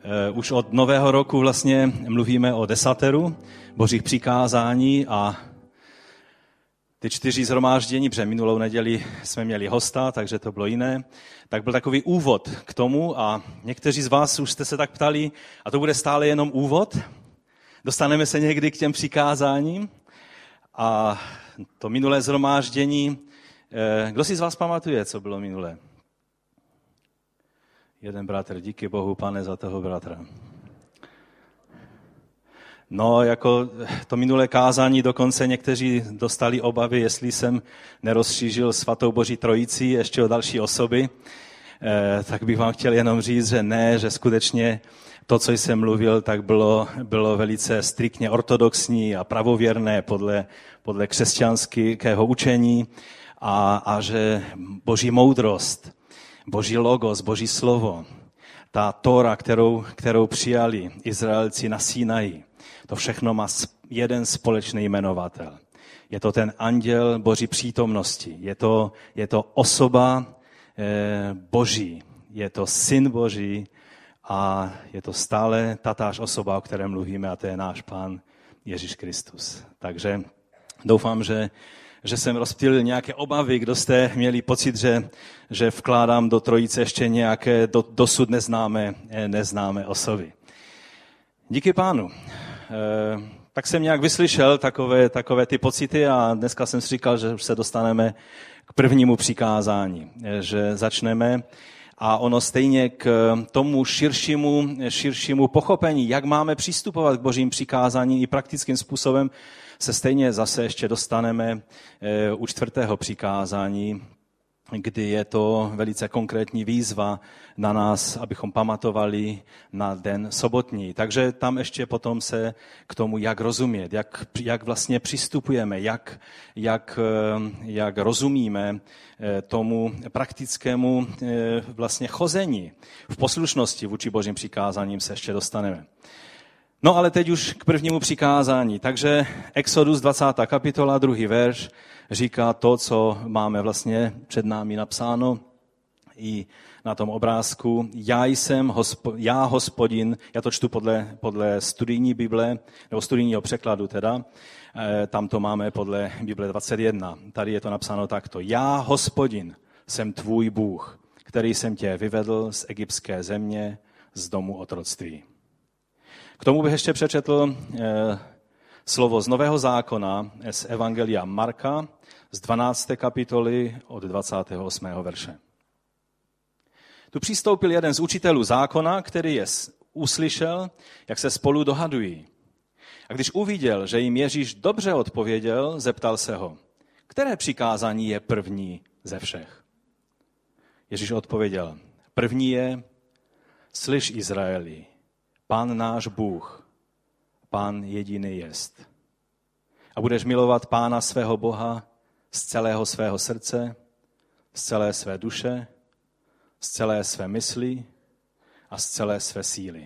Už od nového roku vlastně mluvíme o desateru, božích přikázání a ty 4 shromáždění, protože minulou neděli jsme měli hosta, takže to bylo jiné, tak byl takový úvod k tomu a někteří z vás už jste se tak ptali, a to bude stále jenom úvod? Dostaneme se někdy k těm přikázáním? A to minulé shromáždění, kdo si z vás pamatuje, co bylo minulé? Jeden bratr, díky Bohu, pane, za toho bratra. No, jako to minulé kázání dokonce někteří dostali obavy, jestli jsem nerozšířil svatou Boží trojici ještě o další osoby, tak bych vám chtěl jenom říct, že ne, že skutečně to, co jsem mluvil, tak bylo velice striktně ortodoxní a pravověrné podle křesťanského učení a že Boží moudrost, Boží logos, Boží slovo, ta Tóra, kterou přijali Izraelci na Sinaji, to všechno má jeden společný jmenovatel. Je to ten anděl Boží přítomnosti. Je to osoba Boží. Je to syn Boží a je to stále tatáž osoba, o které mluvíme, a to je náš Pán Ježíš Kristus. Takže doufám, že jsem rozptýlil nějaké obavy, kdo jste měli pocit, že vkládám do trojice ještě nějaké dosud neznámé osoby. Díky Pánu. Tak jsem nějak vyslyšel takové ty pocity a dneska jsem si říkal, že už se dostaneme k prvnímu přikázání, že začneme a ono stejně k tomu širšímu pochopení, jak máme přistupovat k Božím přikázání i praktickým způsobem, se stejně zase ještě dostaneme u 4. přikázání, kdy je to velice konkrétní výzva na nás, abychom pamatovali na den sobotní. Takže tam ještě potom se k tomu, jak rozumět, jak vlastně přistupujeme, jak rozumíme tomu praktickému vlastně chození v poslušnosti vůči Božím přikázáním se ještě dostaneme. No ale teď už k prvnímu přikázání. Takže Exodus 20. kapitola, 2. verš, říká to, co máme vlastně před námi napsáno i na tom obrázku. Já Hospodin, já to čtu podle studijní Bible, nebo studijního překladu teda, tam to máme podle Bible 21. Tady je to napsáno takto. Já Hospodin jsem tvůj Bůh, který jsem tě vyvedl z egyptské země, z domu otroctví. K tomu bych ještě přečetl slovo z Nového zákona, z Evangelia Marka, z 12. kapitoly od 28. verše. Tu přistoupil jeden z učitelů zákona, který je uslyšel, jak se spolu dohadují. A když uviděl, že jim Ježíš dobře odpověděl, zeptal se ho, které přikázání je první ze všech. Ježíš odpověděl, první je, slyš Izraeli, Pán náš Bůh, Pán jediný jest. A budeš milovat Pána svého Boha z celého svého srdce, z celé své duše, z celé své mysli a z celé své síly.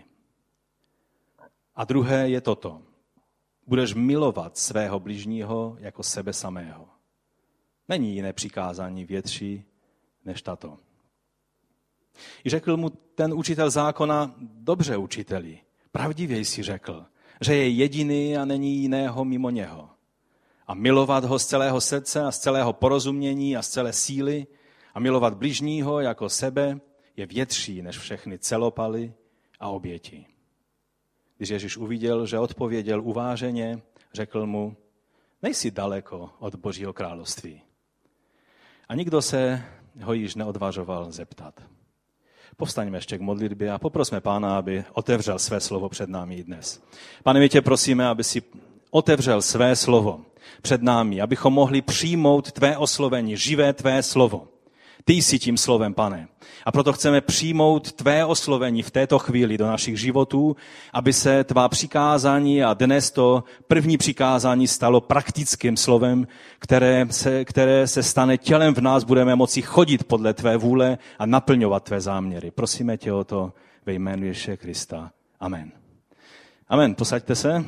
A druhé je toto. Budeš milovat svého bližního jako sebe samého. Není jiné přikázání větší než tato. I řekl mu ten učitel zákona, dobře učiteli, pravdivě jsi řekl, že je jediný a není jiného mimo něho. A milovat ho z celého srdce a z celého porozumění a z celé síly a milovat bližního jako sebe je větší než všechny celopaly a oběti. Když Ježíš uviděl, že odpověděl uváženě, řekl mu, nejsi daleko od Božího království. A nikdo se ho již neodvažoval zeptat. Povstaňme ještě k modlitbě a poprosme Pána, aby otevřel své slovo před námi i dnes. Pane, my tě prosíme, aby si otevřel své slovo před námi, abychom mohli přijmout tvé oslovení, živé tvé slovo. Ty jsi tím slovem, Pane. A proto chceme přijmout tvé oslovení v této chvíli do našich životů, aby se tvá přikázání a dnes to první přikázání stalo praktickým slovem, které se stane tělem v nás, budeme moci chodit podle tvé vůle a naplňovat tvé záměry. Prosíme tě o to ve jménu Ježíše Krista. Amen. Amen. Posaďte se.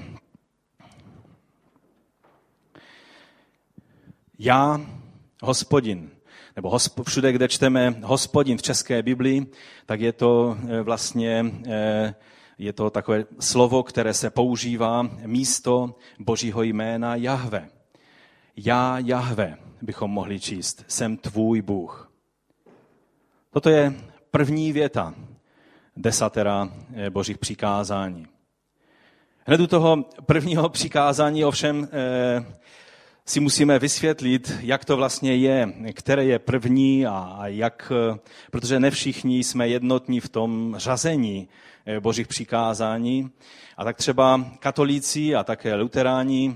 Já, Hospodin. nebo všude, kde čteme Hospodin v české Biblii, tak je to vlastně je to takové slovo, které se používá místo Božího jména Jahve. Já, Jahve, bychom mohli číst, jsem tvůj Bůh. Toto je první věta desatera Božích přikázání. Hned u toho prvního přikázání ovšem si musíme vysvětlit, jak to vlastně je, které je první a jak, protože ne všichni jsme jednotní v tom řazení Božích přikázání. A tak třeba katolíci a také luteráni,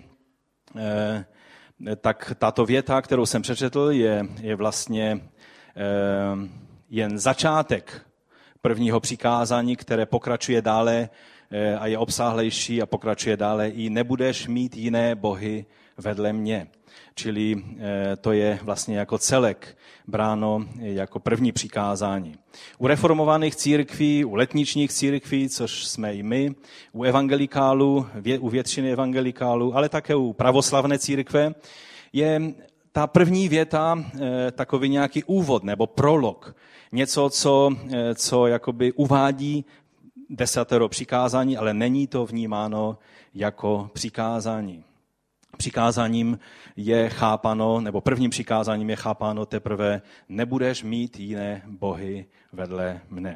tak tato věta, kterou jsem přečetl, je vlastně jen začátek prvního přikázání, které pokračuje dále a je obsáhlejší a pokračuje dále i nebudeš mít jiné bohy vedle mě. Čili to je vlastně jako celek bráno jako první přikázání. U reformovaných církví, u letničních církví, což jsme i my, u evangelikálů, u většiny evangelikálů, ale také u pravoslavné církve, je ta první věta takový nějaký úvod nebo prolog. Něco, co jakoby uvádí desatero přikázání, ale není to vnímáno jako přikázání. Přikázáním je chápáno, nebo prvním přikázáním je chápáno teprve nebudeš mít jiné bohy vedle mne.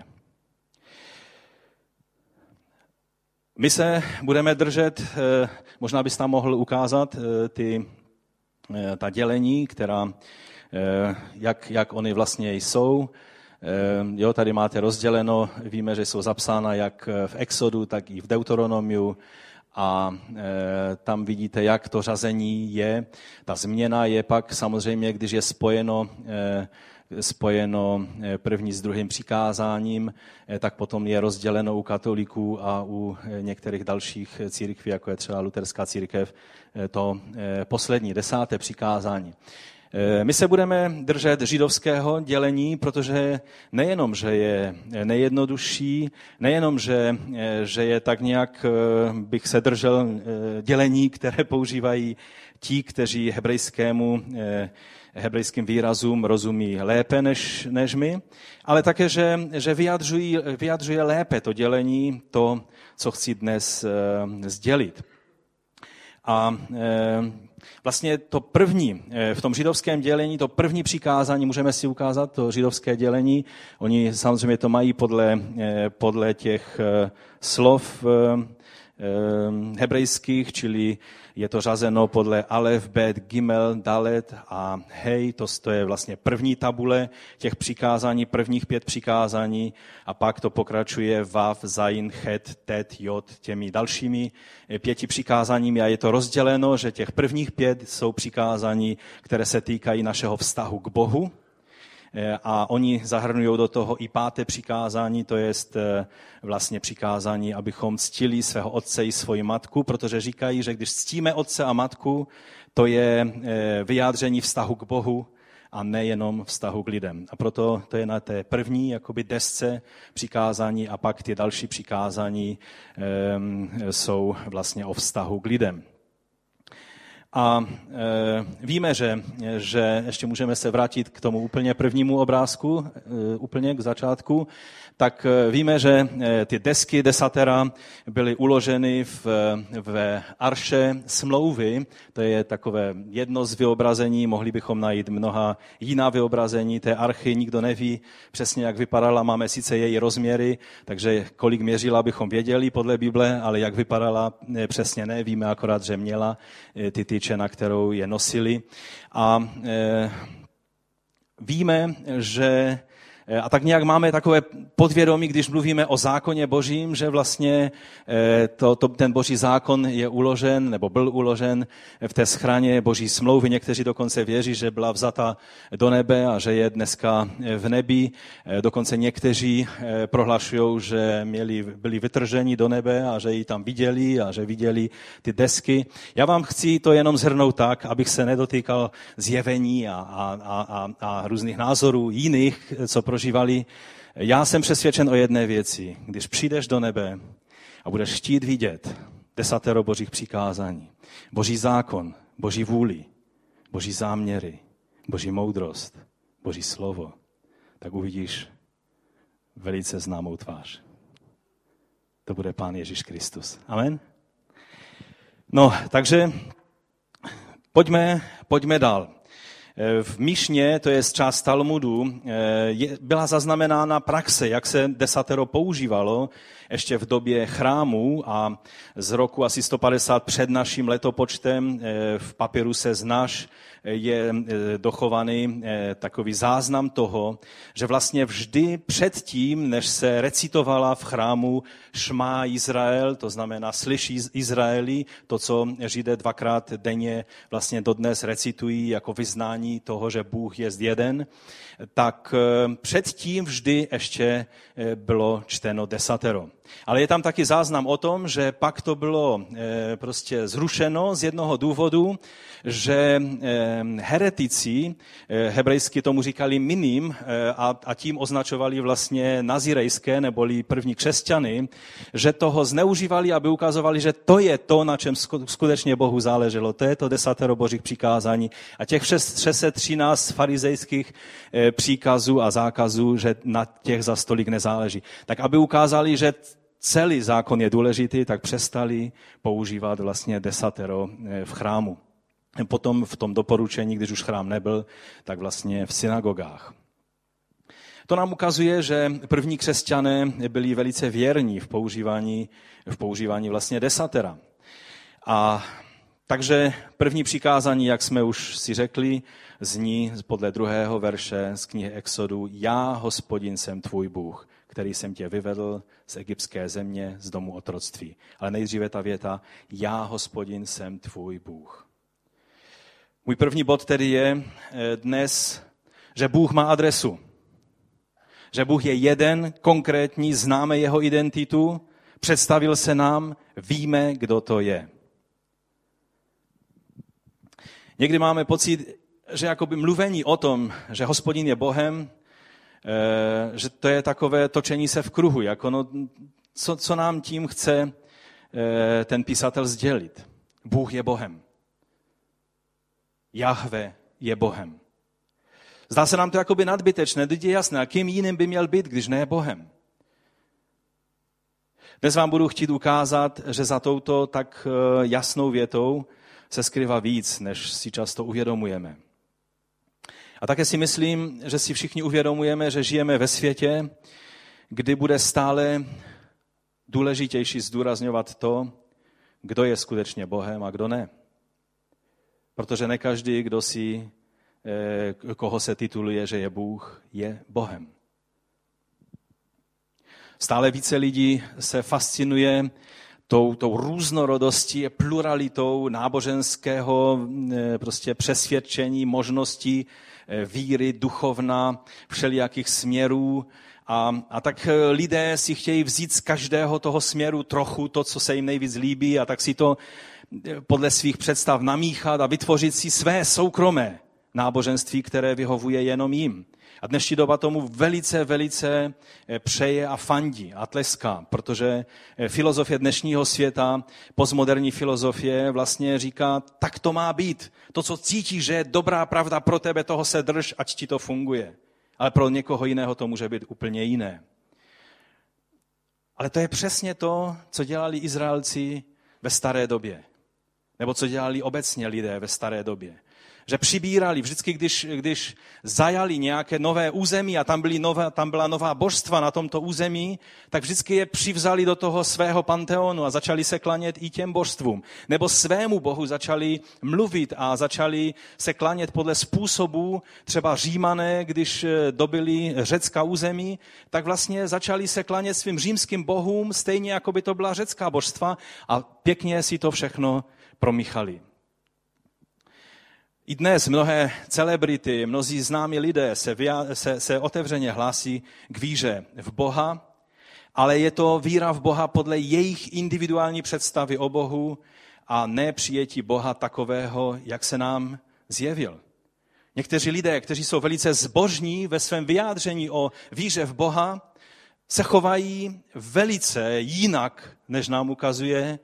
My se budeme držet, možná bys tam mohl ukázat ta dělení, která, jak oni vlastně jsou. Jo, tady máte rozděleno, víme, že jsou zapsána jak v Exodu, tak i v Deuteronomiu a tam vidíte, jak to řazení je. Ta změna je pak samozřejmě, když je spojeno první s druhým přikázáním, tak potom je rozděleno u katolíků a u některých dalších církví, jako je třeba luterská církev, to poslední, 10. přikázání. My se budeme držet židovského dělení, protože nejenom, že je nejjednodušší, nejenom, že je tak nějak, bych se držel dělení, které používají ti, kteří hebrejským výrazům rozumí lépe než my, ale také, že vyjadřuje lépe to dělení, to, co chci dnes sdělit. A vlastně to první, v tom židovském dělení, to první přikázání, můžeme si ukázat, to židovské dělení, oni samozřejmě to mají podle těch slov hebrejských, čili je to řazeno podle Alef, Bet, Gimel, Dalet a Hej, to je vlastně první tabule těch přikázání, prvních 5 přikázání a pak to pokračuje Vav, Zain, Chet, Tet, Jod, těmi dalšími 5 přikázáními a je to rozděleno, že těch prvních 5 jsou přikázání, které se týkají našeho vztahu k Bohu, a oni zahrnují do toho i 5. přikázání, to je vlastně přikázání, abychom ctili svého otce i svoji matku, protože říkají, že když ctíme otce a matku, to je vyjádření vztahu k Bohu a nejenom vztahu k lidem. A proto to je na té první jakoby desce přikázání a pak ty další přikázání jsou vlastně o vztahu k lidem. A víme, že ještě můžeme se vrátit k tomu úplně prvnímu obrázku, úplně k začátku, tak víme, že ty desky desatera byly uloženy v arše smlouvy, to je takové jedno z vyobrazení, mohli bychom najít mnoha jiná vyobrazení té archy, nikdo neví přesně, jak vypadala, máme sice její rozměry, takže kolik měřila, bychom věděli podle Bible, ale jak vypadala, přesně nevíme, akorát, že měla ty tyče, na kterou je nosili. A víme, že a tak nějak máme takové podvědomí, když mluvíme o zákoně božím, že vlastně ten boží zákon je uložen, nebo byl uložen v té schráně boží smlouvy. Někteří dokonce věří, že byla vzata do nebe a že je dneska v nebi. Dokonce někteří prohlašují, že byli vytrženi do nebe a že ji tam viděli a že viděli ty desky. Já vám chci to jenom shrnout tak, abych se nedotýkal zjevení a různých názorů jiných, co prožívali. Já jsem přesvědčen o jedné věci. Když přijdeš do nebe a budeš chtít vidět 10 božích přikázání, boží zákon, boží vůli, boží záměry, boží moudrost, Boží slovo, tak uvidíš velice známou tvář. To bude Pán Ježíš Kristus. Amen? No, takže pojďme dál. V Mišně, to je část Talmudu, byla zaznamenána praxe, jak se desatero používalo ještě v době chrámu a z roku asi 150 před naším letopočtem v papiruse Znaš je dochovaný takový záznam toho, že vlastně vždy předtím, než se recitovala v chrámu Šmá Izrael, to znamená slyší Izraeli, to, co Židé dvakrát denně vlastně dodnes recitují jako vyznání toho, že Bůh je jeden, tak předtím vždy ještě bylo čteno desatero. Ale je tam taky záznam o tom, že pak to bylo prostě zrušeno z jednoho důvodu, že heretici, hebrejsky tomu říkali minim a tím označovali vlastně nazirejské neboli první křesťany, že toho zneužívali, aby ukazovali, že to je to, na čem skutečně Bohu záleželo. To je to desatero božích přikázání. A těch 613 farizejských příkazů a zákazů, že na těch za stolik nezáleží. Tak aby ukázali, že celý zákon je důležitý, tak přestali používat vlastně desatero v chrámu. Potom v tom doporučení, když už chrám nebyl, tak vlastně v synagogách. To nám ukazuje, že první křesťané byli velice věrní v používání vlastně desatera. A takže první přikázání, jak jsme už si řekli, zní podle 2. verše z knihy Exodu: Já, Hospodin, jsem tvůj Bůh, který jsem tě vyvedl z egyptské země, z domu otroctví. Ale nejdříve ta věta: Já, Hospodin, jsem tvůj Bůh. Můj první bod tedy je dnes, že Bůh má adresu. Že Bůh je jeden, konkrétní, známe jeho identitu, představil se nám, víme, kdo to je. Někdy máme pocit, že jakoby mluvení o tom, že Hospodin je Bohem, že to je takové točení se v kruhu, jako no, co nám tím chce ten písatel sdělit. Bůh je Bohem. Jahve je Bohem. Zdá se nám to jakoby nadbytečné, teď je jasné, a kým jiným by měl být, když ne je Bohem. Dnes vám budu chtít ukázat, že za touto tak jasnou větou se skrývá víc, než si často uvědomujeme. A také si myslím, že si všichni uvědomujeme, že žijeme ve světě, kdy bude stále důležitější zdůrazňovat to, kdo je skutečně Bohem a kdo ne. Protože ne každý, koho se tituluje, že je Bůh, je Bohem. Stále více lidí se fascinuje tou různorodostí, pluralitou náboženského prostě přesvědčení, možností, víry, duchovna, všelijakých směrů. A tak lidé si chtějí vzít z každého toho směru trochu to, co se jim nejvíc líbí, a tak si to podle svých představ namíchat a vytvořit si své soukromé náboženství, které vyhovuje jenom jim. A dnešní doba tomu velice, velice přeje a fandí a tleská, protože filozofie dnešního světa, postmoderní filozofie vlastně říká, tak to má být. To, co cítíš, že je dobrá pravda pro tebe, toho se drž, ať ti to funguje. Ale pro někoho jiného to může být úplně jiné. Ale to je přesně to, co dělali Izraelci ve staré době. Nebo co dělali obecně lidé ve staré době. Že přibírali vždycky, když zajali nějaké nové území a tam byla nová božstva na tomto území, tak vždycky je přivzali do toho svého panteonu a začali se klanět i těm božstvům. Nebo svému bohu začali mluvit a začali se klanět podle způsobů, třeba Římané, když dobyli řecká území, tak vlastně začali se klanět svým římským bohům, stejně jako by to byla řecká božstva, a pěkně si to všechno promíchali. I dnes mnohé celebrity, mnozí známí lidé se otevřeně hlásí k víře v Boha, ale je to víra v Boha podle jejich individuální představy o Bohu a ne přijetí Boha takového, jak se nám zjevil. Někteří lidé, kteří jsou velice zbožní ve svém vyjádření o víře v Boha, se chovají velice jinak, než nám ukazuje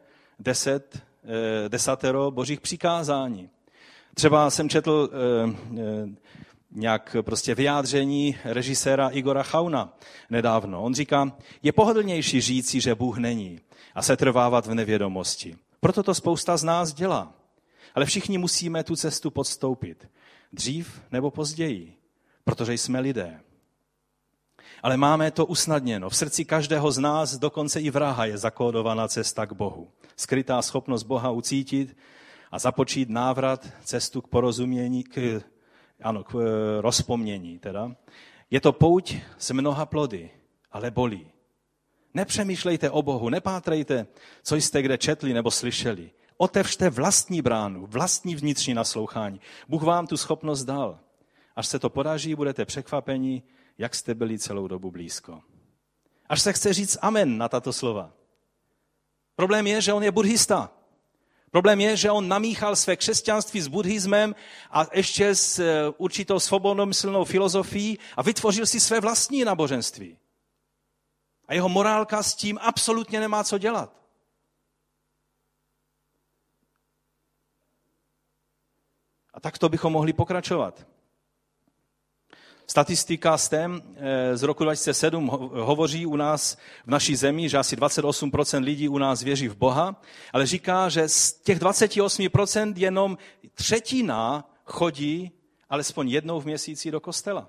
desatero božích přikázání. Třeba jsem četl nějak prostě vyjádření režiséra Igora Chauna nedávno. On říká, je pohodlnější říci, že Bůh není a setrvávat v nevědomosti. Proto to spousta z nás dělá. Ale všichni musíme tu cestu podstoupit. Dřív nebo později, protože jsme lidé. Ale máme to usnadněno. V srdci každého z nás, dokonce i vraha, je zakódovaná cesta k Bohu. Skrytá schopnost Boha ucítit a započít návrat, cestu k porozumění, k rozpomnění. Teda. Je to pouť s mnoha plody, ale bolí. Nepřemýšlejte o Bohu, nepátrejte, co jste kde četli nebo slyšeli. Otevřte vlastní bránu, vlastní vnitřní naslouchání. Bůh vám tu schopnost dal. Až se to podaří, budete překvapeni, jak jste byli celou dobu blízko. Až se chce říct amen na tato slova. Problém je, že on je buddhista. Problém je, že on namíchal své křesťanství s buddhismem a ještě s určitou svobodnomyslnou filozofií a vytvořil si své vlastní náboženství. A jeho morálka s tím absolutně nemá co dělat. A takto bychom mohli pokračovat. Statistika STEM z roku 2007 hovoří u nás v naší zemi, že asi 28% lidí u nás věří v Boha, ale říká, že z těch 28% jenom třetina chodí alespoň jednou v měsíci do kostela.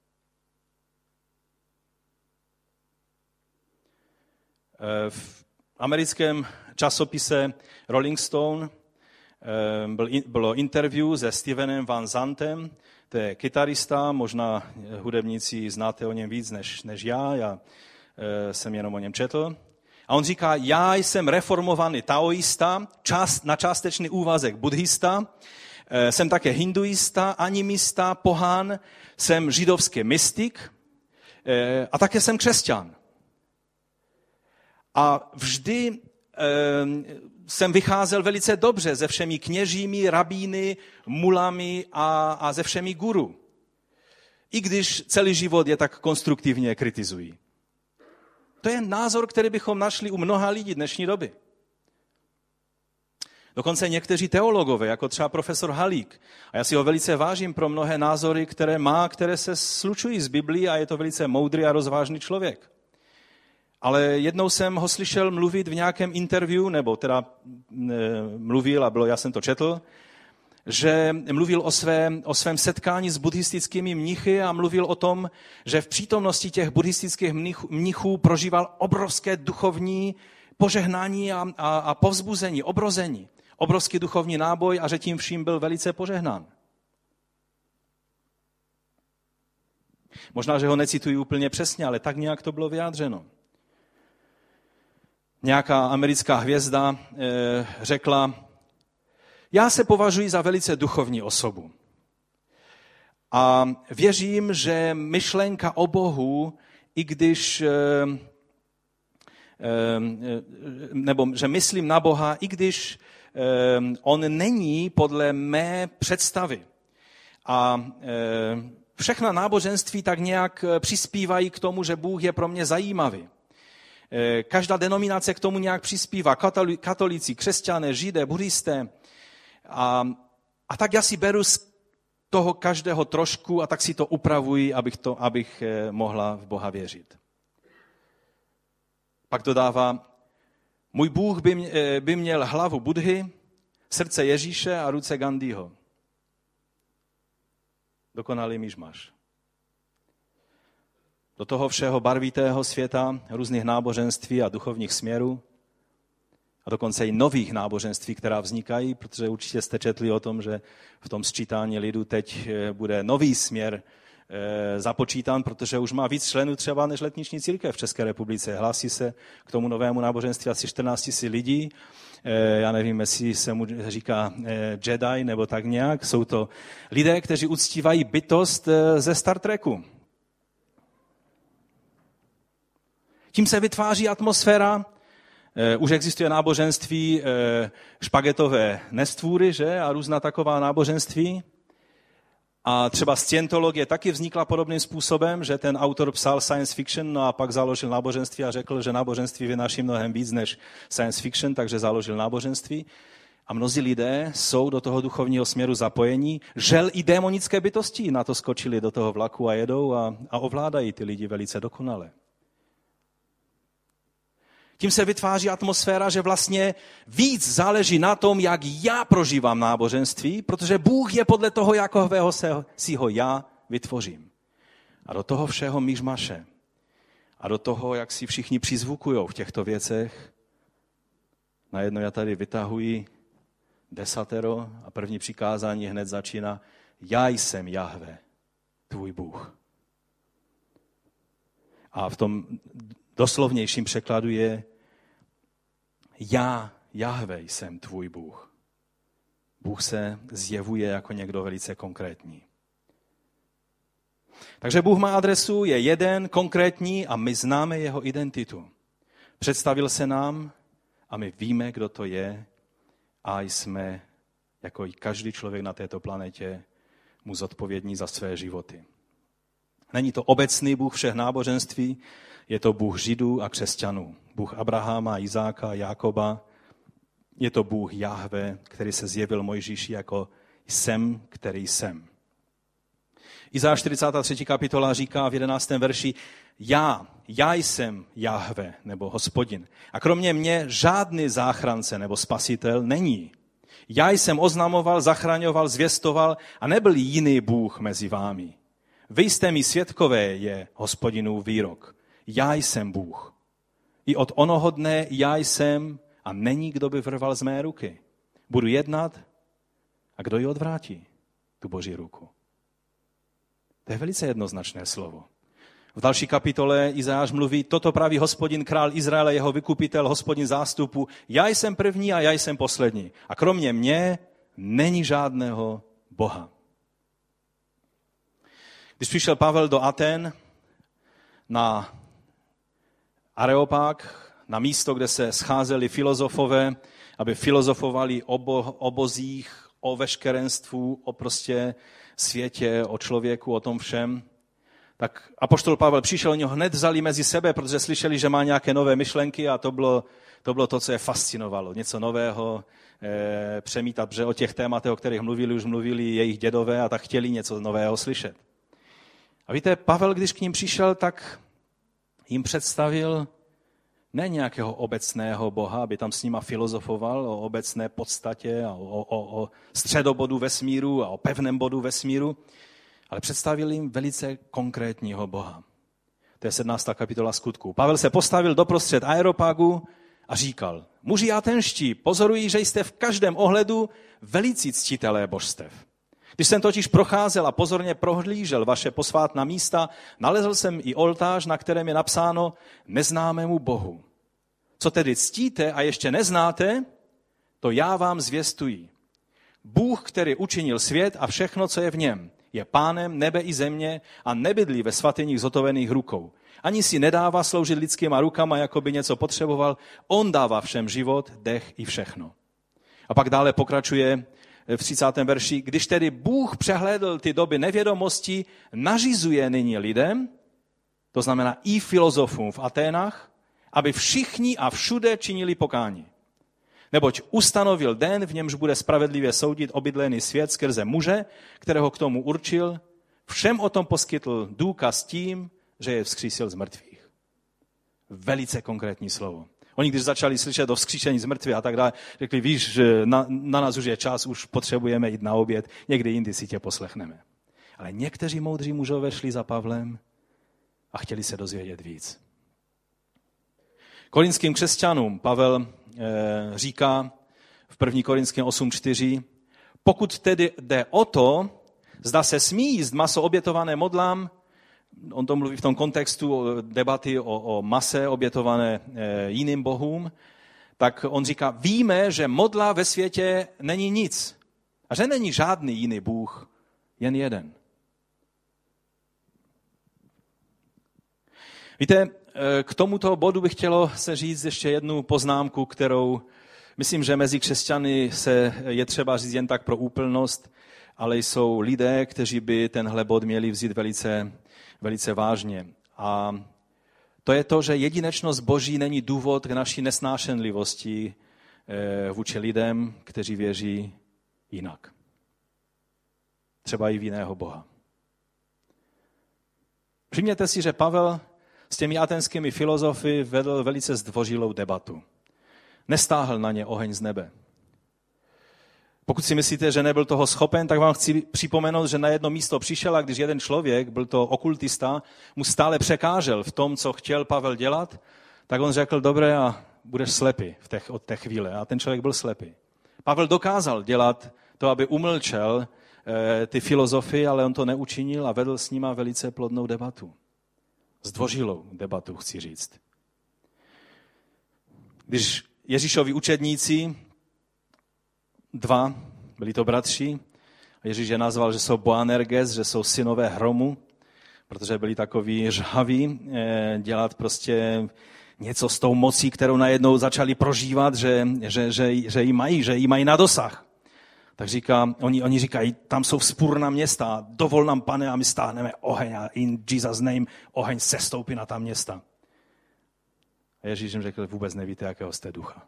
V americkém časopise Rolling Stone bylo interview se Stevenem Van Zantem, to je kytarista, možná hudebníci znáte o něm víc než já jsem jenom o něm četl. A on říká, já jsem reformovaný taoista, na částečný úvazek buddhista, jsem také hinduista, animista, pohán, jsem židovský mystik a také jsem křesťan. A vždy jsem vycházel velice dobře se všemi kněžími, rabíny, mulami a se všemi guru. I když celý život je tak konstruktivně kritizují. To je názor, který bychom našli u mnoha lidí dnešní doby. Dokonce někteří teologové, jako třeba profesor Halík. A já si ho velice vážím pro mnohé názory, které má, které se slučují s Biblií a je to velice moudrý a rozvážný člověk. Ale jednou jsem ho slyšel mluvit v nějakém interview, nebo teda mluvil, a já jsem to četl, že mluvil o svém setkání s buddhistickými mnichy a mluvil o tom, že v přítomnosti těch buddhistických mnichů prožíval obrovské duchovní požehnání a povzbuzení, obrození. Obrovský duchovní náboj a že tím vším byl velice požehnán. Možná, že ho necituji úplně přesně, ale tak nějak to bylo vyjádřeno. Nějaká americká hvězda řekla, já se považuji za velice duchovní osobu. A věřím, že myšlenka o Bohu, i když, nebo že myslím na Boha, i když on není podle mé představy. A všechna náboženství tak nějak přispívají k tomu, že Bůh je pro mě zajímavý. Každá denominace k tomu nějak přispívá. Katolíci, křesťané, židé, buddhisté. A tak já si beru z toho každého trošku a tak si to upravuji, abych mohla v Boha věřit. Pak dodává, můj Bůh by měl hlavu Budhy, srdce Ježíše a ruce Gandhiho. Dokonalý mišmaš. Do toho všeho barvitého světa, různých náboženství a duchovních směrů a dokonce i nových náboženství, která vznikají, protože určitě jste četli o tom, že v tom sčítání lidu teď bude nový směr započítán, protože už má víc členů třeba než letniční církev v České republice. Hlásí se k tomu novému náboženství asi 14 000 lidí. Já nevím, jestli se mu říká Jedi nebo tak nějak. Jsou to lidé, kteří uctívají bytost ze Star Treku. Tím se vytváří atmosféra, už existuje náboženství špagetové nestvůry, že? A různá taková náboženství. A třeba scientologie taky vznikla podobným způsobem, že ten autor psal science fiction, no a pak založil náboženství a řekl, že náboženství vynáší mnohem víc než science fiction, takže založil náboženství. A mnozí lidé jsou do toho duchovního směru zapojení. Žel i démonické bytosti na to skočili do toho vlaku a jedou a ovládají ty lidi velice dokonale. Tím se vytváří atmosféra, že vlastně víc záleží na tom, jak já prožívám náboženství, protože Bůh je podle toho, jakého si ho já vytvořím. A do toho všeho myšmaše. A do toho, jak si všichni přizvukujou v těchto věcech. Najednou já tady vytahuji 10 a první přikázání hned začíná: já jsem Jahve, tvůj Bůh. A v tom doslovnějším překladu je: já, Jahve, jsem tvůj Bůh. Bůh se zjevuje jako někdo velice konkrétní. Takže Bůh má adresu, je jeden, konkrétní a my známe jeho identitu. Představil se nám a my víme, kdo to je a jsme, jako i každý člověk na této planetě, mu zodpovědní za své životy. Není to obecný Bůh všech náboženství, je to Bůh Židů a křesťanů. Bůh Abrahama, Izáka, Jákoba. Je to Bůh Jahve, který se zjevil Mojžíši jako jsem, který jsem. Izáš 43. kapitola říká v 11. verši: já jsem Jahve, nebo Hospodin. A kromě mě žádný záchrance nebo spasitel není. Já jsem oznamoval, zachraňoval, zvěstoval a nebyl jiný Bůh mezi vámi. Vy jste mi svědkové, je Hospodinův výrok. Já jsem Bůh. I od onoho dne já jsem a není, kdo by vrval z mé ruky. Budu jednat a kdo ji odvrátí, tu Boží ruku. To je velice jednoznačné slovo. V další kapitole Izajáš mluví: toto praví Hospodin, král Izraele, jeho vykupitel, Hospodin zástupu. Já jsem první a já jsem poslední. A kromě mě není žádného Boha. Když přišel Pavel do Aten na Areopag, na místo, kde se scházeli filozofové, aby filozofovali o obozích, o veškerenstvu, o prostě světě, o člověku, o tom všem, tak apoštol Pavel přišel, oni ho hned vzali mezi sebe, protože slyšeli, že má nějaké nové myšlenky a to bylo to, co je fascinovalo. Něco nového přemítat, protože o těch tématech, o kterých už mluvili jejich dědové a tak chtěli něco nového slyšet. A víte, Pavel, když k ním přišel, tak jim představil ne nějakého obecného Boha, aby tam s nima filozofoval o obecné podstatě a o středobodu vesmíru a o pevném bodu vesmíru, ale představil jim velice konkrétního Boha. To je 17. kapitola Skutků. Pavel se postavil doprostřed Areopagu a říkal: muži atenští, pozoruji, že jste v každém ohledu velicí ctitelé božstev. Když jsem totiž procházel a pozorně prohlížel vaše posvátná místa, nalezl jsem i oltář, na kterém je napsáno neznámému Bohu. Co tedy ctíte a ještě neznáte, to já vám zvěstuji. Bůh, který učinil svět a všechno, co je v něm, je pánem nebe i země a nebydlí ve svatyních zhotovených rukou. Ani si nedává sloužit lidskýma rukama, jako by něco potřeboval. On dává všem život, dech i všechno. A pak dále pokračuje v 30. verši: když tedy Bůh přehlédl ty doby nevědomosti, nařizuje nyní lidem, to znamená i filozofům v Aténách, aby všichni a všude činili pokání. Neboť ustanovil den, v němž bude spravedlivě soudit obydlený svět skrze muže, kterého k tomu určil, všem o tom poskytl důkaz tím, že je vzkřísil z mrtvých. Velice konkrétní slovo. Oni, když začali slyšet o vzkříšení z mrtvých a tak dále, řekli: víš, že na nás už je čas, už potřebujeme jít na oběd, někdy jindy si tě poslechneme. Ale někteří moudří mužové šli za Pavlem a chtěli se dozvědět víc. Korinským křesťanům Pavel říká v 1. Korinským 8.4: pokud tedy jde o to, zda se smí jíst maso obětované modlám, on to mluví v tom kontextu debaty o mase obětované jiným bohům, tak on říká: víme, že modla ve světě není nic a že není žádný jiný Bůh, jen jeden. Víte, k tomuto bodu bych chtělo se říct ještě jednu poznámku, kterou myslím, že mezi křesťany se je třeba říct jen tak pro úplnost, ale jsou lidé, kteří by tenhle bod měli vzít velice vážně. A to je to, že jedinečnost Boží není důvod k naší nesnášenlivosti vůči lidem, kteří věří jinak. Třeba i v jiného Boha. Všimněte si, že Pavel s těmi atenskými filozofy vedl velice zdvořilou debatu. Nestáhl na ně oheň z nebe. Pokud si myslíte, že nebyl toho schopen, tak vám chci připomenout, že na jedno místo přišel a když jeden člověk, byl to okultista, mu stále překážel v tom, co chtěl Pavel dělat, tak on řekl, dobré, a budeš slepý od té chvíle. A ten člověk byl slepý. Pavel dokázal dělat to, aby umlčel ty filozofy, ale on to neučinil a vedl s nima velice plodnou debatu. Zdvořilou debatu, chci říct. Když Ježíšovi učedníci, 2, byli to bratři, Ježíš je nazval, že jsou Boanerges, že jsou synové hromu, protože byli takoví žhaví dělat prostě něco s tou mocí, kterou najednou začali prožívat, že ji mají na dosah. Tak oni říkají, tam jsou vzpůrná města, dovol nám, Pane, a my stáhneme oheň a in Jesus name oheň sestoupí na ta města. A Ježíš jim řekl, vůbec nevíte, jakého jste ducha.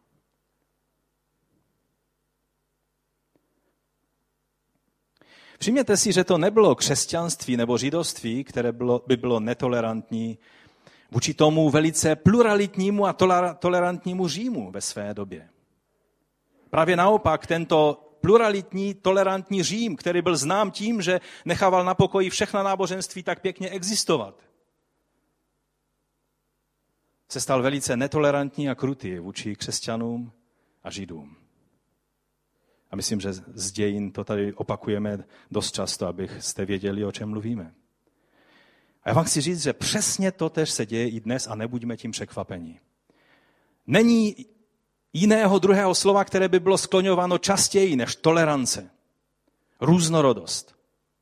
Všimněte si, že to nebylo křesťanství nebo židovství, které by bylo netolerantní vůči tomu velice pluralitnímu a tolerantnímu Římu ve své době. Právě naopak tento pluralitní, tolerantní Řím, který byl znám tím, že nechával na pokoji všechna náboženství tak pěkně existovat, se stal velice netolerantní a krutý vůči křesťanům a Židům. A myslím, že z dějin to tady opakujeme dost často, abyste věděli, o čem mluvíme. A já vám chci říct, že přesně to tež se děje i dnes a nebuďme tím překvapeni. Není jiného druhého slova, které by bylo skloňováno častěji než tolerance, různorodost.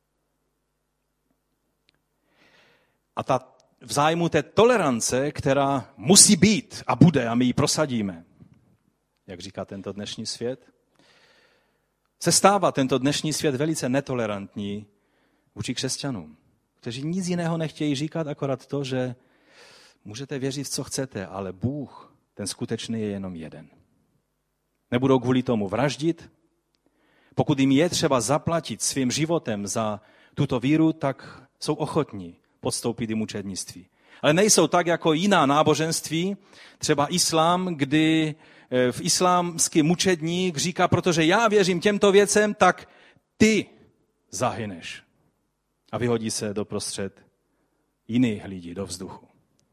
A v zájmu té tolerance, která musí být a bude, a my ji prosadíme, jak říká tento dnešní svět, se stává tento dnešní svět velice netolerantní vůči křesťanům, kteří nic jiného nechtějí říkat, akorát to, že můžete věřit v co chcete, ale Bůh, ten skutečný, je jenom jeden. Nebudou kvůli tomu vraždit. Pokud jim je třeba zaplatit svým životem za tuto víru, tak jsou ochotní podstoupit i mučednictví. Ale nejsou tak jako jiná náboženství, třeba islám, kdy v islámský mučedník říká, protože já věřím těmto věcem, tak ty zahyneš. A vyhodí se doprostřed jiných lidí do vzduchu.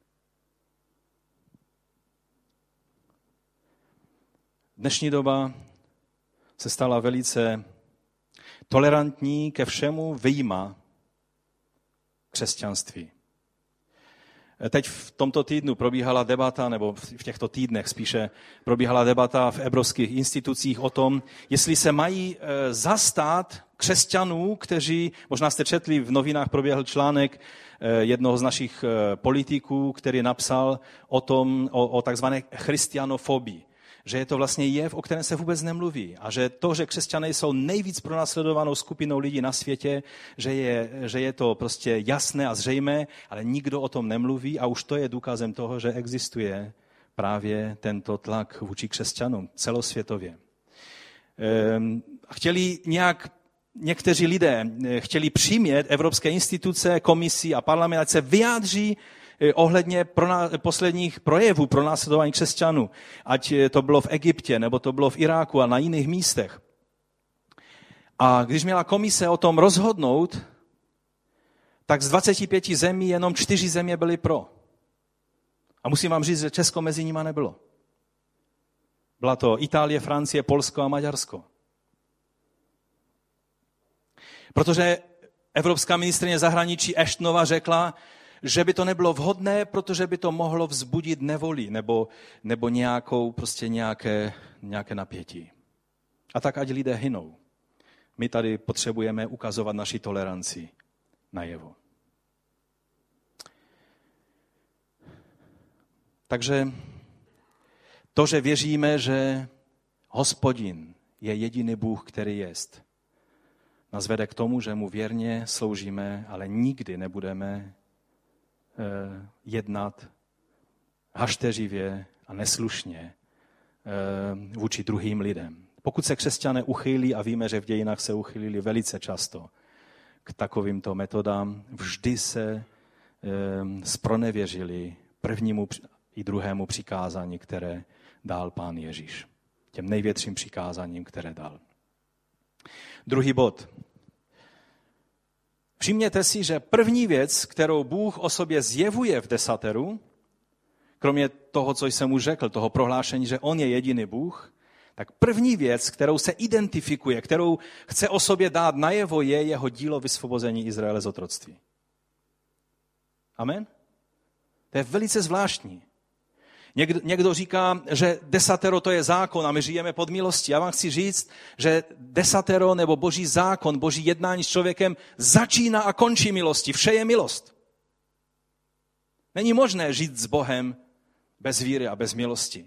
Dnešní doba se stala velice tolerantní ke všemu vyjma křesťanství. Teď v tomto týdnu probíhala debata, nebo v těchto týdnech spíše probíhala debata v evropských institucích o tom, jestli se mají zastát křesťanů, kteří, možná jste četli, v novinách proběhl článek jednoho z našich politiků, který napsal o takzvané christianofobii. Že je to vlastně jev, o kterém se vůbec nemluví. A že to, že křesťané jsou nejvíc pronásledovanou skupinou lidí na světě, že je to prostě jasné a zřejmé, ale nikdo o tom nemluví a už to je důkazem toho, že existuje právě tento tlak vůči křesťanům celosvětově. Někteří lidé chtěli přimět evropské instituce, komisi a parlament, ať se vyjádří ohledně posledních projevů pronásledování křesťanů, ať to bylo v Egyptě, nebo to bylo v Iráku a na jiných místech. A když měla komise o tom rozhodnout, tak z 25 zemí jenom 4 země byly pro. A musím vám říct, že Česko mezi nimi nebylo. Byla to Itálie, Francie, Polsko a Maďarsko. Protože evropská ministryně zahraničí Ashtonová řekla, že by to nebylo vhodné, protože by to mohlo vzbudit nevoli nebo nějaké napětí. A tak ať lidé hynou. My tady potřebujeme ukazovat naši toleranci najevo. Takže to, že věříme, že Hospodin je jediný Bůh, který jest, nás vede k tomu, že mu věrně sloužíme, ale nikdy nebudeme jednat hašteřivě a neslušně vůči druhým lidem. Pokud se křesťané uchýlí, a víme, že v dějinách se uchýlili velice často k takovýmto metodám, vždy se zpronevěřili prvnímu i druhému přikázání, které dal Pán Ježíš. Těm největším přikázáním, které dal. Druhý bod. Všimněte si, že první věc, kterou Bůh o sobě zjevuje v desateru, kromě toho, co jsem už řekl, toho prohlášení, že on je jediný Bůh, tak první věc, kterou se identifikuje, kterou chce o sobě dát najevo, je jeho dílo vysvobození Izraele z otroctví. Amen? To je velice zvláštní. Někdo říká, že desatero to je zákon a my žijeme pod milostí. Já vám chci říct, že desatero nebo boží zákon, boží jednání s člověkem začíná a končí milostí. Vše je milost. Není možné žít s Bohem bez víry a bez milosti.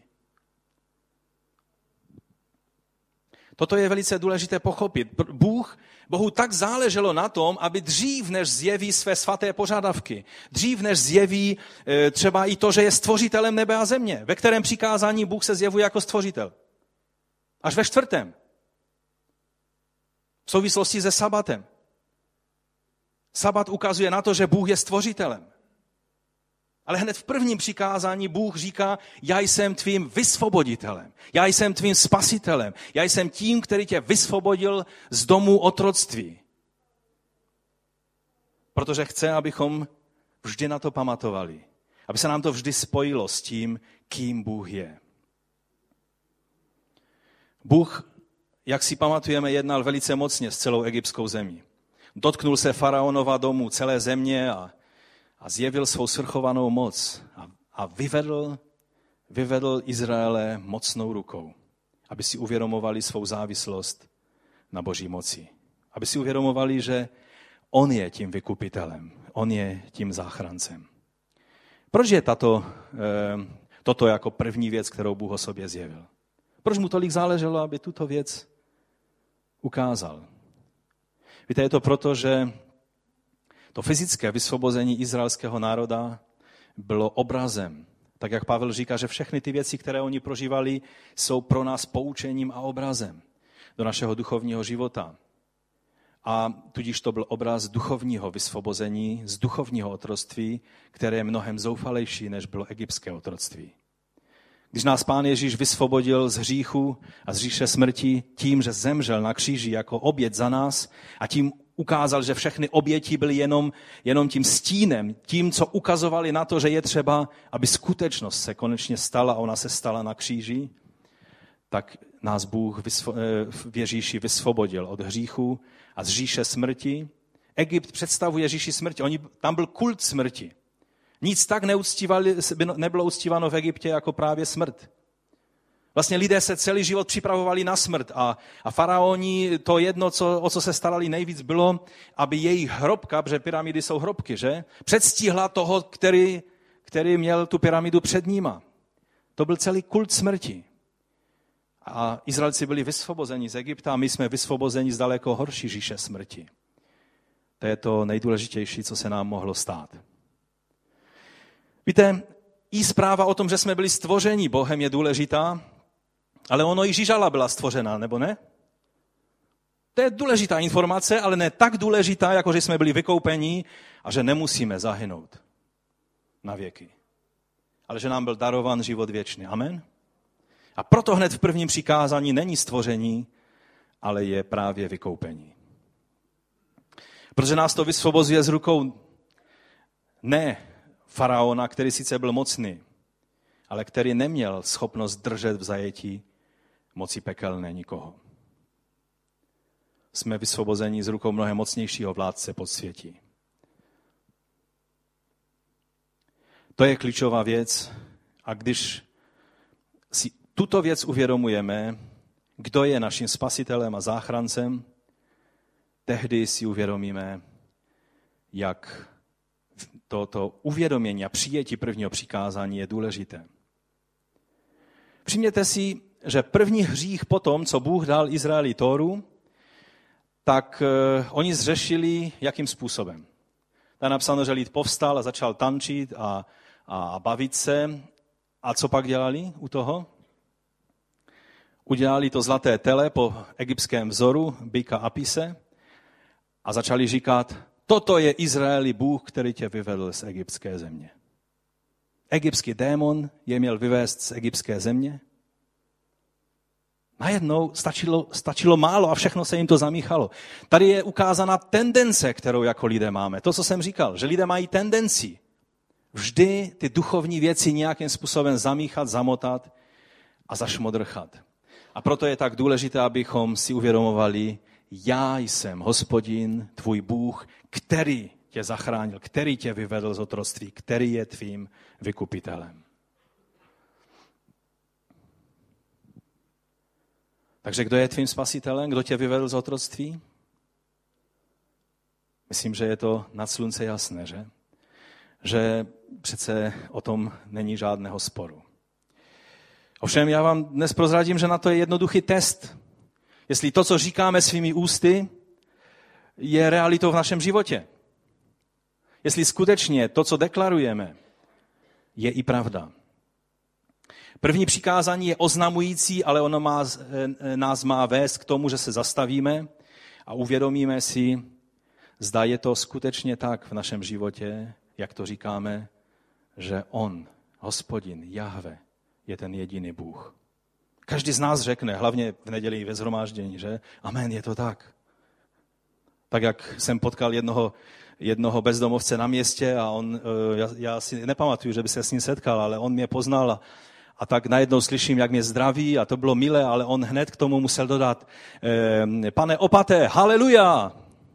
Toto je velice důležité pochopit. Bohu tak záleželo na tom, aby dřív než zjeví své svaté požadavky, dřív než zjeví třeba i to, že je stvořitelem nebe a země, ve kterém přikázání Bůh se zjevuje jako stvořitel. Až ve 4. V souvislosti se sabatem. Sabat ukazuje na to, že Bůh je stvořitelem. Ale hned v prvním přikázání Bůh říká, já jsem tvým vysvoboditelem, já jsem tvým spasitelem, já jsem tím, který tě vysvobodil z domu otroctví. Protože chce, abychom vždy na to pamatovali, aby se nám to vždy spojilo s tím, kým Bůh je. Bůh, jak si pamatujeme, jednal velice mocně s celou egyptskou zemí. Dotknul se faraonova domu, celé země a zjevil svou svrchovanou moc a vyvedl Izraele mocnou rukou, aby si uvědomovali svou závislost na Boží moci. Aby si uvědomovali, že on je tím vykupitelem, on je tím záchrancem. Proč je toto jako první věc, kterou Bůh o sobě zjevil? Proč mu tolik záleželo, aby tuto věc ukázal? Víte, je to proto, že to fyzické vysvobození izraelského národa bylo obrazem. Tak jak Pavel říká, že všechny ty věci, které oni prožívali, jsou pro nás poučením a obrazem do našeho duchovního života. A tudíž to byl obraz duchovního vysvobození z duchovního otroctví, které je mnohem zoufalejší, než bylo egyptské otroctví. Když nás Pán Ježíš vysvobodil z hříchu a z říše smrti tím, že zemřel na kříži jako oběť za nás a tím ukázal, že všechny oběti byly jenom tím stínem, tím, co ukazovali na to, že je třeba, aby skutečnost se konečně stala a ona se stala na kříži, tak nás Bůh v Ježíši vysvobodil od hříchu a z říše smrti. Egypt představuje říši smrti. Tam byl kult smrti. Nic tak nebylo uctíváno v Egyptě jako právě smrt. Vlastně lidé se celý život připravovali na smrt a faraoni to jedno, o co se starali nejvíc, bylo, aby jejich hrobka, protože pyramidy jsou hrobky, že? Předstihla toho, který měl tu pyramidu před nima. To byl celý kult smrti. A Izraelci byli vysvobozeni z Egypta a my jsme vysvobozeni z daleko horší říše smrti. To je to nejdůležitější, co se nám mohlo stát. Víte, i zpráva o tom, že jsme byli stvořeni Bohem, je důležitá, ale ono i žížala byla stvořena, nebo ne? To je důležitá informace, ale ne tak důležitá, jako že jsme byli vykoupeni a že nemusíme zahynout na věky. Ale že nám byl darován život věčný. Amen? A proto hned v prvním přikázání není stvoření, ale je právě vykoupení. Protože nás to vysvobozuje z rukou ne faraona, který sice byl mocný, ale který neměl schopnost držet v zajetí moci pekelné nikoho. Jsme vysvobozeni z rukou mnohem mocnějšího vládce podsvětí. To je klíčová věc a když si tuto věc uvědomujeme, kdo je naším spasitelem a záchrancem, tehdy si uvědomíme, jak toto uvědomění a přijetí prvního přikázání je důležité. Všimněte si, že první hřích potom, co Bůh dal Izraeli Tóru, tak oni zřešili jakým způsobem. Tam je napsáno, že lid povstal a začal tančit a bavit se. A co pak dělali u toho? udělali to zlaté tele po egyptském vzoru byka Apise a začali říkat, toto je Izraeli Bůh, který tě vyvedl z egyptské země. Egyptský démon je měl vyvést z egyptské země. Najednou stačilo málo a všechno se jim to zamíchalo. Tady je ukázána tendence, kterou jako lidé máme. To, co jsem říkal, že lidé mají tendenci vždy ty duchovní věci nějakým způsobem zamíchat, zamotat a zašmodrchat. A proto je tak důležité, abychom si uvědomovali, já jsem Hospodin, tvůj Bůh, který tě zachránil, který tě vyvedl z otroctví, který je tvým vykupitelem. Takže kdo je tvým spasitelem? Kdo tě vyvedl z otroctví? Myslím, že je to nad slunce jasné, že? Že přece o tom není žádného sporu. Ovšem já vám dnes prozradím, že na to je jednoduchý test. Jestli to, co říkáme svými ústy, je realitou v našem životě. Jestli skutečně to, co deklarujeme, je i pravda. První přikázání je oznamující, ale ono nás má vést k tomu, že se zastavíme a uvědomíme si, zda je to skutečně tak v našem životě, jak to říkáme, že on, Hospodin, Jahve, je ten jediný Bůh. Každý z nás řekne, hlavně v neděli ve shromáždění, že? Amen, je to tak. Tak jak jsem potkal jednoho bezdomovce na městě a já si nepamatuju, že by se s ním setkal, ale on mě poznal a tak najednou slyším, jak mě zdraví a to bylo milé, ale on hned k tomu musel dodat, pane opate, haleluja!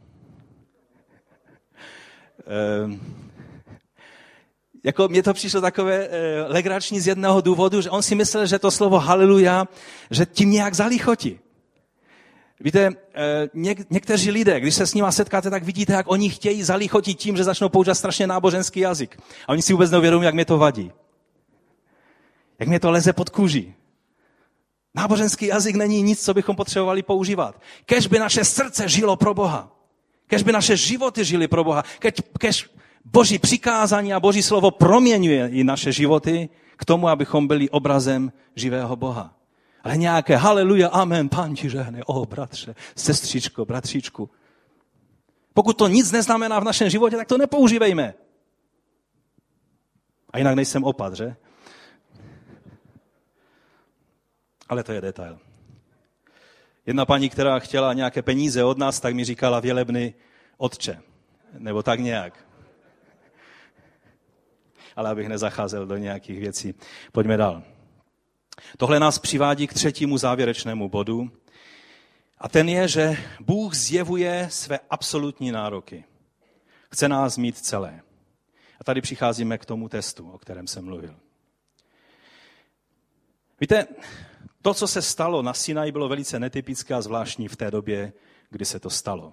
Jako mně to přišlo takové legrační z jednoho důvodu, že on si myslel, že to slovo haleluja, že tím nějak zalichotí. Víte, někteří lidé, když se s nima setkáte, tak vidíte, jak oni chtějí zalichotit tím, že začnou používat strašně náboženský jazyk. A oni si vůbec neuvědomují, jak mě to vadí. Jak mě to leze pod kůži. Náboženský jazyk není nic, co bychom potřebovali používat. Kéž by naše srdce žilo pro Boha. Kéž by naše životy žily pro Boha. Kéž Boží přikázání a Boží slovo proměňuje i naše životy k tomu, abychom byli obrazem živého Boha. Ale nějaké haleluja, amen, Pán ti žehne, bratře, sestřičko, bratříčku. Pokud to nic neznamená v našem životě, tak to nepoužívejme. A jinak nejsem opat, že? Ale to je detail. Jedna paní, která chtěla nějaké peníze od nás, tak mi říkala vělebný otče. Nebo tak nějak. Ale abych nezacházel do nějakých věcí. Pojďme dál. Tohle nás přivádí k třetímu závěrečnému bodu. A ten je, že Bůh zjevuje své absolutní nároky. Chce nás mít celé. A tady přicházíme k tomu testu, o kterém jsem mluvil. Víte, to, co se stalo na Sinaji, bylo velice netypické a zvláštní v té době, kdy se to stalo.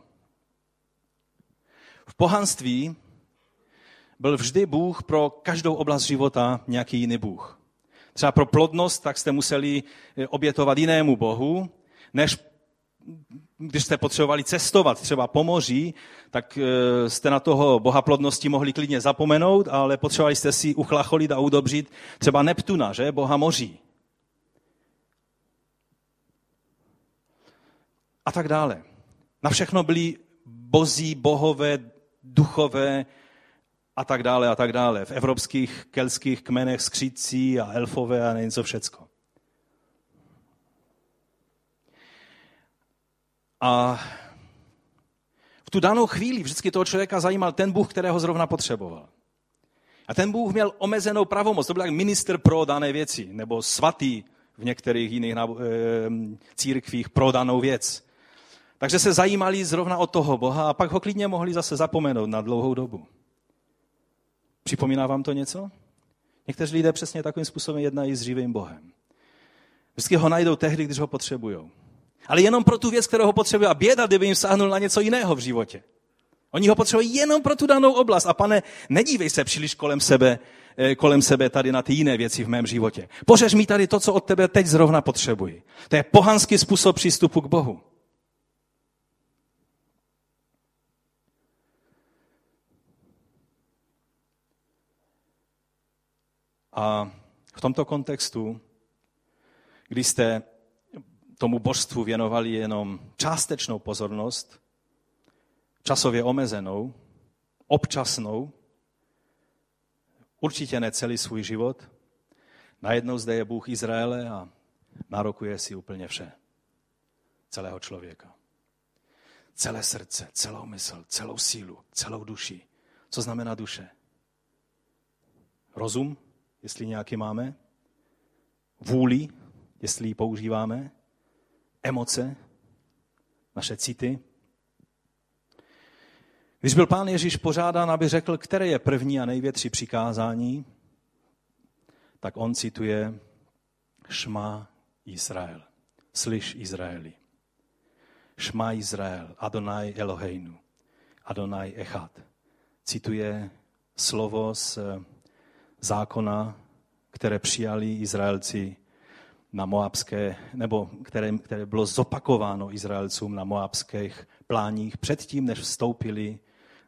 V pohanství byl vždy Bůh pro každou oblast života nějaký jiný Bůh. Třeba pro plodnost, tak jste museli obětovat jinému Bohu, než když jste potřebovali cestovat třeba po moři, tak jste na toho Boha plodnosti mohli klidně zapomenout, ale potřebovali jste si uchlacholit a udobřit třeba Neptuna, že? Boha moří. A tak dále. Na všechno byli bozí, bohové, duchové a tak dále a tak dále. V evropských keltských kmenech skřítci a elfové a nevím co všecko. A v tu danou chvíli vždycky toho člověka zajímal ten Bůh, kterého zrovna potřeboval. A ten Bůh měl omezenou pravomoc. To byl jak ministr pro dané věci, nebo svatý v některých jiných církvích pro danou věc. Takže se zajímali zrovna o toho Boha a pak ho klidně mohli zase zapomenout na dlouhou dobu. Připomíná vám to něco? Někteří lidé přesně takovým způsobem jednají s živým Bohem. Vždycky ho najdou tehdy, když ho potřebujou. Ale jenom pro tu věc, kterou ho potřebují. A běda, kdyby jim sáhnul na něco jiného v životě. Oni ho potřebují jenom pro tu danou oblast. A pane, nedívej se příliš kolem sebe tady na ty jiné věci v mém životě. Pořež mi tady to, co od tebe teď zrovna potřebuji. To je pohanský způsob přístupu k Bohu. A v tomto kontextu, když jste tomu božstvu věnovali jenom částečnou pozornost, časově omezenou, občasnou, určitě ne celý svůj život. Najednou zde je Bůh Izraele a nárokuje si úplně vše. Celého člověka. Celé srdce, celou mysl, celou sílu, celou duši. Co znamená duše? Rozum, jestli nějaký máme. Vůli, jestli ji používáme. Emoce, naše city. Když byl Pán Ježíš požádán, aby řekl, které je první a největší přikázání, tak on cituje Šma Izrael. Slyš Izraeli. Šma Izrael, Adonai Eloheinu, Adonai Echad. Cituje slovo z zákona, které přijali Izraelci na moabské, nebo které bylo zopakováno Izraelcům na moabských pláních předtím, než vstoupili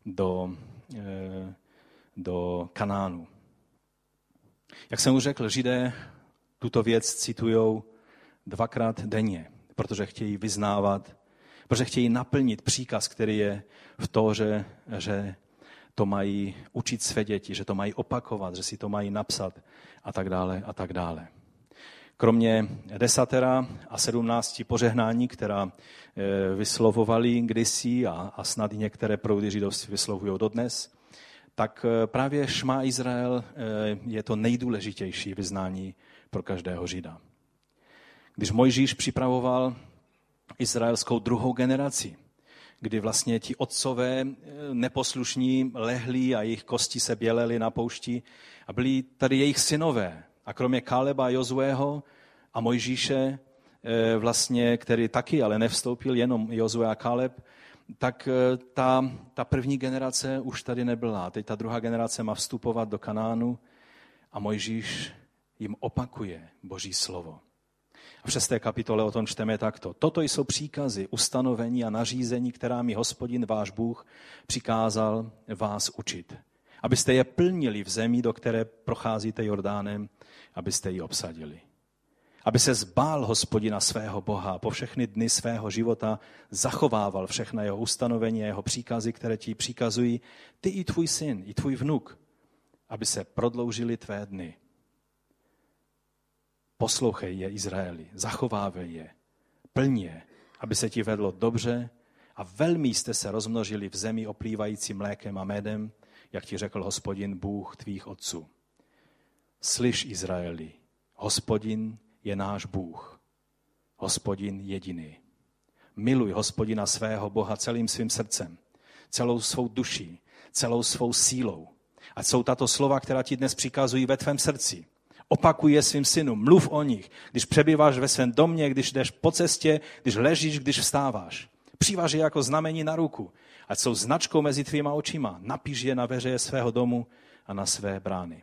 do Kanánu. Jak jsem už řekl, Židé tuto věc citujou 2krát denně, protože chtějí vyznávat, protože chtějí naplnit příkaz, který je v Tóře, že to mají učit své děti, že to mají opakovat, že si to mají napsat a tak dále a tak dále. Kromě 10 a 17 požehnání, která vyslovovali kdysi a snad i některé proudy židovství vyslovují dodnes, tak právě Šma Izrael je to nejdůležitější vyznání pro každého Žida. Když Mojžíš připravoval izraelskou druhou generaci, kdy vlastně ti otcové neposlušní lehli a jejich kosti se bělely na poušti a byli tady jejich synové. A kromě Káleba a Jozueho a Mojžíše, vlastně, který taky ale nevstoupil, jenom Jozue a Káleb, tak ta první generace už tady nebyla. Teď ta druhá generace má vstupovat do Kanánu a Mojžíš jim opakuje Boží slovo. A v 6. kapitole o tom čteme takto. Toto jsou příkazy, ustanovení a nařízení, která mi Hospodin váš Bůh přikázal vás učit. Abyste je plnili v zemi, do které procházíte Jordánem, abyste ji obsadili. Aby se zbál Hospodina svého Boha a po všechny dny svého života zachovával všechna jeho ustanovení a jeho příkazy, které ti přikazují, ty i tvůj syn, i tvůj vnuk, aby se prodloužily tvé dny. Poslouchej je, Izraeli, zachovávej je, plň je, aby se ti vedlo dobře a velmi jste se rozmnožili v zemi oplývající mlékem a médem, jak ti řekl Hospodin, Bůh tvých otců. Slyš, Izraeli, Hospodin je náš Bůh, Hospodin jediný. Miluj Hospodina svého Boha celým svým srdcem, celou svou duší, celou svou sílou. A jsou tato slova, která ti dnes přikazují ve tvém srdci. Opakuj je svým synům, mluv o nich, když přebýváš ve svém domě, když jdeš po cestě, když ležíš, když vstáváš. Přivaž je jako znamení na ruku, ať jsou značkou mezi tvýma očima. Napiš je na veřeje svého domu a na své brány.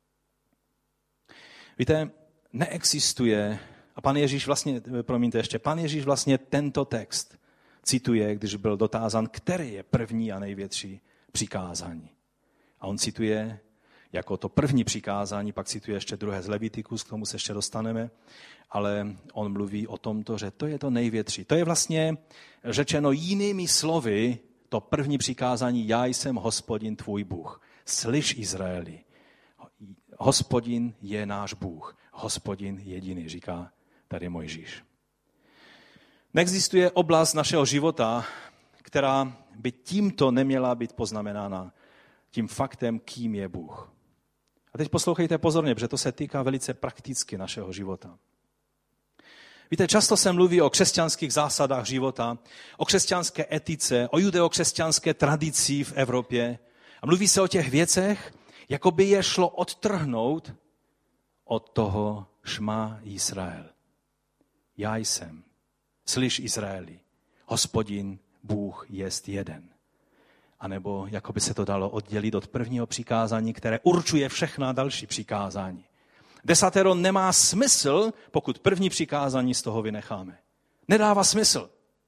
Víte, neexistuje, a pan Ježíš vlastně tento text cituje, když byl dotázán, který je první a největší přikázání. A on cituje jako to první přikázání, pak cituje ještě druhé z Levitikus, k tomu se ještě dostaneme, ale on mluví o tomto, že to je to největší. To je vlastně řečeno jinými slovy, to první přikázání, já jsem Hospodin tvůj Bůh. Slyš, Izraeli, Hospodin je náš Bůh, Hospodin jediný, říká tady Mojžíš. Neexistuje oblast našeho života, která by tímto neměla být poznamenána tím faktem, kým je Bůh. A teď poslouchejte pozorně, protože to se týká velice prakticky našeho života. Víte, často se mluví o křesťanských zásadách života, o křesťanské etice, o judeokřesťanské tradici v Evropě. A mluví se o těch věcech, jako by je šlo odtrhnout od toho Šma Izrael. Já jsem. Slyš, Izraeli, Hospodin, Bůh jest jeden. A nebo jako by se to dalo oddělit od prvního přikázání, které určuje všechna další přikázání. Desatero nemá smysl, pokud první přikázání z toho vynecháme. Nedává smysl.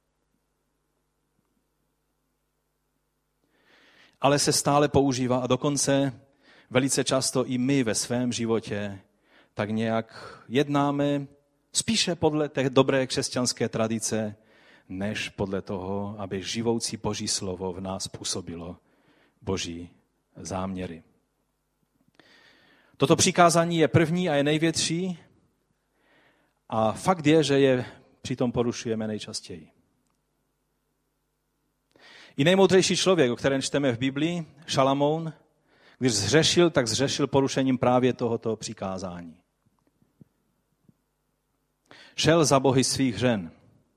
Ale se stále používá a dokonce velice často i my ve svém životě tak nějak jednáme Spíše podle té dobré křesťanské tradice, než podle toho, aby živoucí Boží slovo v nás působilo Boží záměry. Toto přikázání je první a je největší a fakt je, že je přitom porušujeme nejčastěji. I nejmoudřejší člověk, o kterém čteme v Biblii, Šalamoun, když zhřešil, tak zhřešil porušením právě tohoto přikázání. Šel za bohy svých žen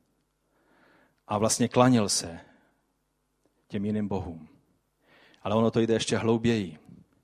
a vlastně klanil se těm jiným bohům. Ale ono to jde ještě hlouběji.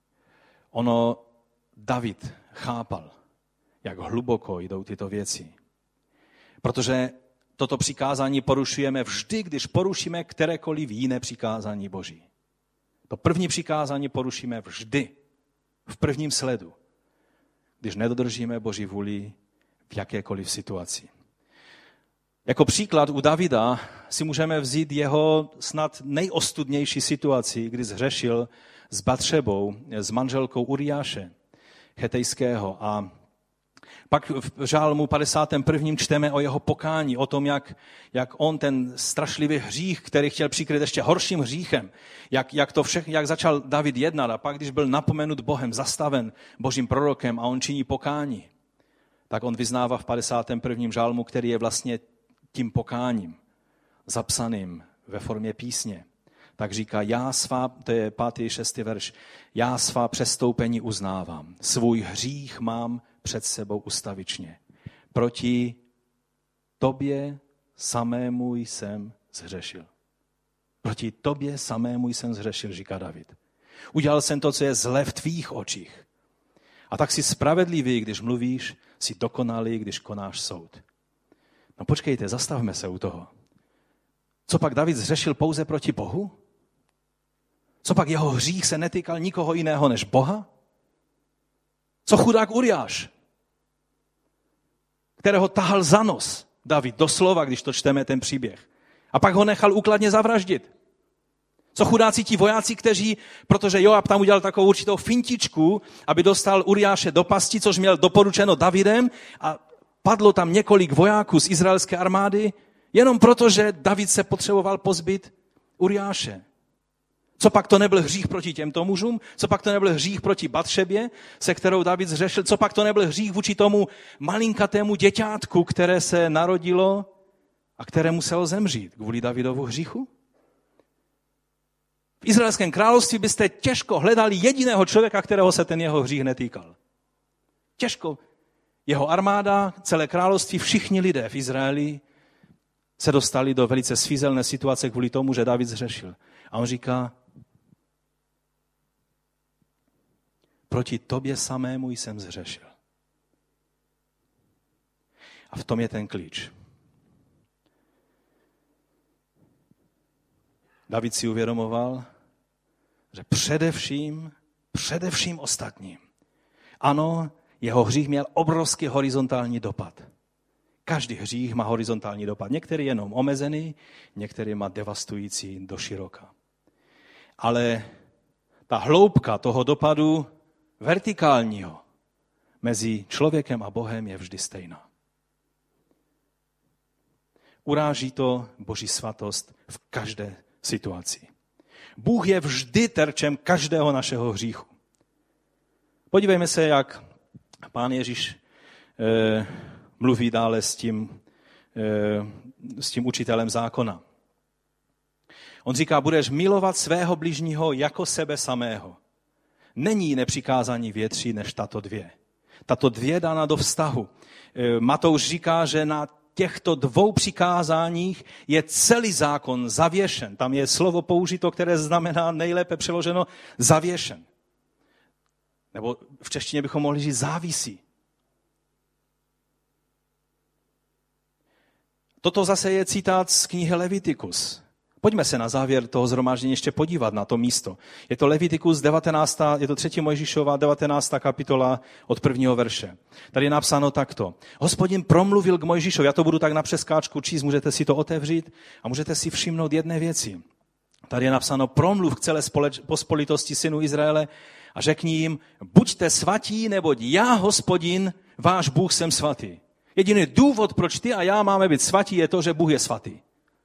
David chápal, jak hluboko jdou tyto věci. Protože toto přikázání porušujeme vždy, když porušíme kterékoliv jiné přikázání Boží. To první přikázání porušíme vždy, v prvním sledu, když nedodržíme Boží vůli v jakékoliv situaci. Jako příklad u Davida si můžeme vzít jeho snad nejostudnější situaci, kdy zhřešil s Batšebou, s manželkou Uriáše Chetejského. A pak v Žálmu 51. čteme o jeho pokání, o tom, jak on ten strašlivý hřích, který chtěl přikryt ještě horším hříchem, jak začal David jednat a pak, když byl napomenut Bohem, zastaven Božím prorokem a on činí pokání, tak on vyznává v 51. žálmu, který je vlastně tím pokáním, zapsaným ve formě písně. Tak říká, to je 5. 6. verš, já svá přestoupení uznávám, svůj hřích mám před sebou ustavičně. Proti tobě samému jsem zhřešil. Proti tobě samému jsem zhřešil, říká David. Udělal jsem to, co je zlé v tvých očích. A tak jsi spravedlivý, když mluvíš, jsi dokonalý, když konáš soud. No počkejte, zastavme se u toho. Co pak David zhřešil pouze proti Bohu? Co pak jeho hřích se netýkal nikoho jiného než Boha? Co chudák Uriáš, kterého tahal za nos David, doslova, když to čteme ten příběh. A pak ho nechal úkladně zavraždit. Co chudáci ti vojáci, kteří, protože Joab tam udělal takovou určitou fintičku, aby dostal Uriáše do pasti, což měl doporučeno Davidem, a padlo tam několik vojáků z izraelské armády, jenom proto, že David se potřeboval pozbyt Uriáše. Co pak to nebyl hřích proti těmto mužům? Co pak to nebyl hřích proti Batšebě, se kterou David zřešil? Co pak to nebyl hřích vůči tomu malinkatému děťátku, které se narodilo a které muselo zemřít kvůli Davidovu hříchu? V Izraelském království byste těžko hledali jediného člověka, kterého se ten jeho hřích netýkal. Těžko. Jeho armáda, celé království, všichni lidé v Izraeli se dostali do velice svízelné situace kvůli tomu, že David zřešil. A on říká, proti tobě samému jsem zhřešil. A v tom je ten klíč. David si uvědomoval, že především ostatním. Ano, jeho hřích měl obrovský horizontální dopad. Každý hřích má horizontální dopad. Některý jenom omezený, některý má devastující do široka. Ale ta hloubka toho dopadu vertikálního mezi člověkem a Bohem je vždy stejná. Uráží to Boží svatost v každé situaci. Bůh je vždy terčem každého našeho hříchu. Podívejme se, jak Pán Ježíš mluví dále s tím učitelem zákona. On říká, budeš milovat svého bližního jako sebe samého. Není jiné přikázání větší než tato dvě. Tato dvě dána do vztahu. Matouš říká, že na těchto dvou přikázáních je celý zákon zavěšen. Tam je slovo použito, které znamená nejlépe přeloženo zavěšen. Nebo v češtině bychom mohli říct závisí. Toto zase je citát z knihy Levitikus. Pojďme se na závěr toho shromáždění ještě podívat na to místo. Je to Levitikus 19, je to 3. Mojžíšova 19. kapitola od 1. verše. Tady je napsáno takto. Hospodin promluvil k Mojžíšovi, já to budu tak na přeskáčku číst, můžete si to otevřít a můžete si všimnout jedné věci. Tady je napsáno promluv k celé pospolitosti synů Izraele a řekni jim, buďte svatí, neboť já, Hospodin, váš Bůh, jsem svatý. Jediný důvod, proč ty a já máme být svatí, je to, že Bůh je svatý.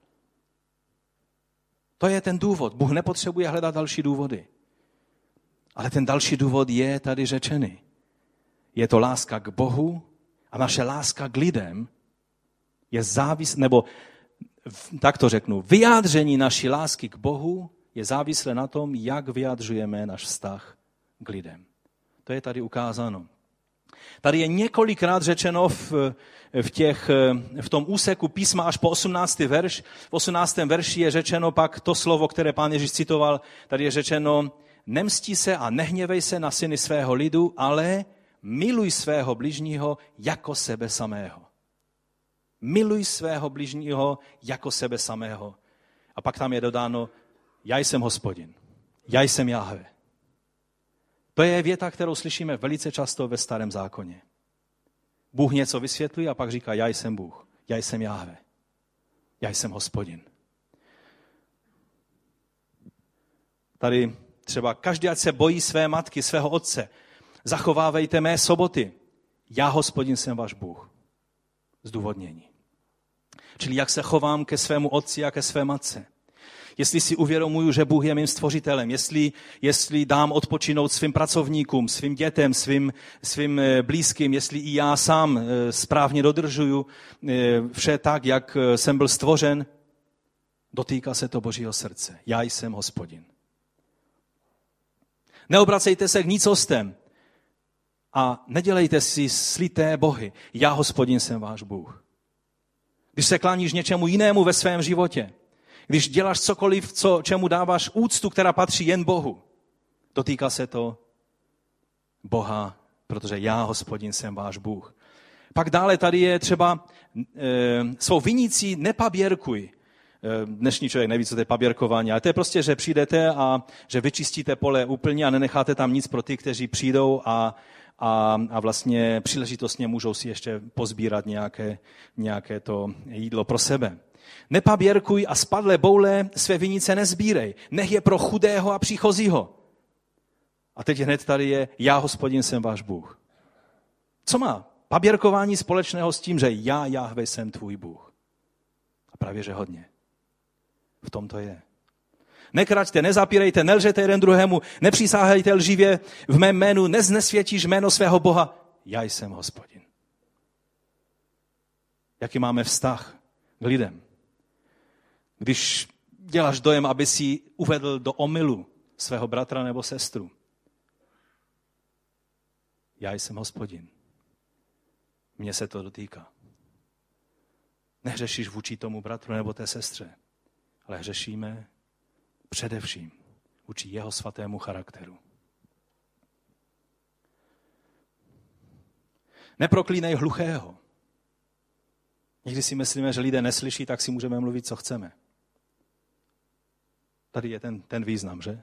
To je ten důvod. Bůh nepotřebuje hledat další důvody. Ale ten další důvod je tady řečený. Je to láska k Bohu a naše láska k lidem je nebo tak to řeknu, vyjádření naší lásky k Bohu je závislé na tom, jak vyjadřujeme náš vztah k lidem. To je tady ukázáno. Tady je několikrát řečeno v tom úseku písma až po 18. verš. V 18. verši je řečeno pak to slovo, které pán Ježíš citoval. Tady je řečeno, nemstí se a nehněvej se na syny svého lidu, ale miluj svého bližního jako sebe samého. Miluj svého bližního jako sebe samého. A pak tam je dodáno, já jsem Hospodin, já jsem Jahve. To je věta, kterou slyšíme velice často ve Starém zákoně. Bůh něco vysvětlí a pak říká, já jsem Bůh, já jsem Jahve, já jsem Hospodin. Tady třeba každý, ať se bojí své matky, svého otce, zachovávejte mé soboty. Já, Hospodin, jsem váš Bůh. Zdůvodnění. Čili jak se chovám ke svému otci a ke své matce. Jestli si uvědomuju, že Bůh je mým stvořitelem, jestli dám odpočinout svým pracovníkům, svým dětem, svým blízkým, jestli i já sám správně dodržuju vše tak, jak jsem byl stvořen, dotýká se to Božího srdce. Já jsem Hospodin. Neobracejte se k nicostem a nedělejte si slité bohy. Já, Hospodin, jsem váš Bůh. Když se kláníš něčemu jinému ve svém životě, když děláš cokoliv, čemu dáváš úctu, která patří jen Bohu, dotýká se to Boha, protože já, Hospodin, jsem váš Bůh. Pak dále tady je třeba svou vinicí nepaběrkuj. Dnešní člověk neví, co to je paběrkování, ale to je prostě, že přijdete a že vyčistíte pole úplně a nenecháte tam nic pro ty, kteří přijdou a vlastně příležitostně můžou si ještě pozbírat nějaké to jídlo pro sebe. Nepaběrkuj a spadlé boule své vinice nezbírej. Nech je pro chudého a příchozího. A teď hned tady je, já, Hospodin, jsem váš Bůh. Co má paběrkování společného s tím, že já, Jahve, jsem tvůj Bůh? A právě, že hodně. V tom to je. Nekraťte, nezapírejte, nelžete jeden druhému, nepřisáhejte lživě v mém jménu, neznesvětíš jméno svého Boha. Já jsem Hospodin. Jaký máme vztah k lidem? Když děláš dojem, aby si uvedl do omylu svého bratra nebo sestru. Já jsem Hospodin. Mně se to dotýká. Nehřešíš vůči tomu bratru nebo té sestře, ale hřešíme především vůči jeho svatému charakteru. Neproklínej hluchého. Někdy si myslíme, že lidé neslyší, tak si můžeme mluvit, co chceme. Tady je ten význam, že?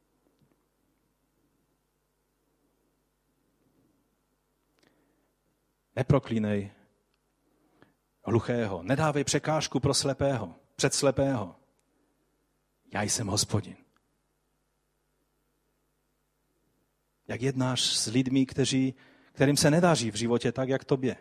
Neproklínej hluchého. Nedávej překážku pro slepého, před slepého. Já jsem Hospodin. Jak jednáš s lidmi, kterým se nedaří v životě tak, jak tobě?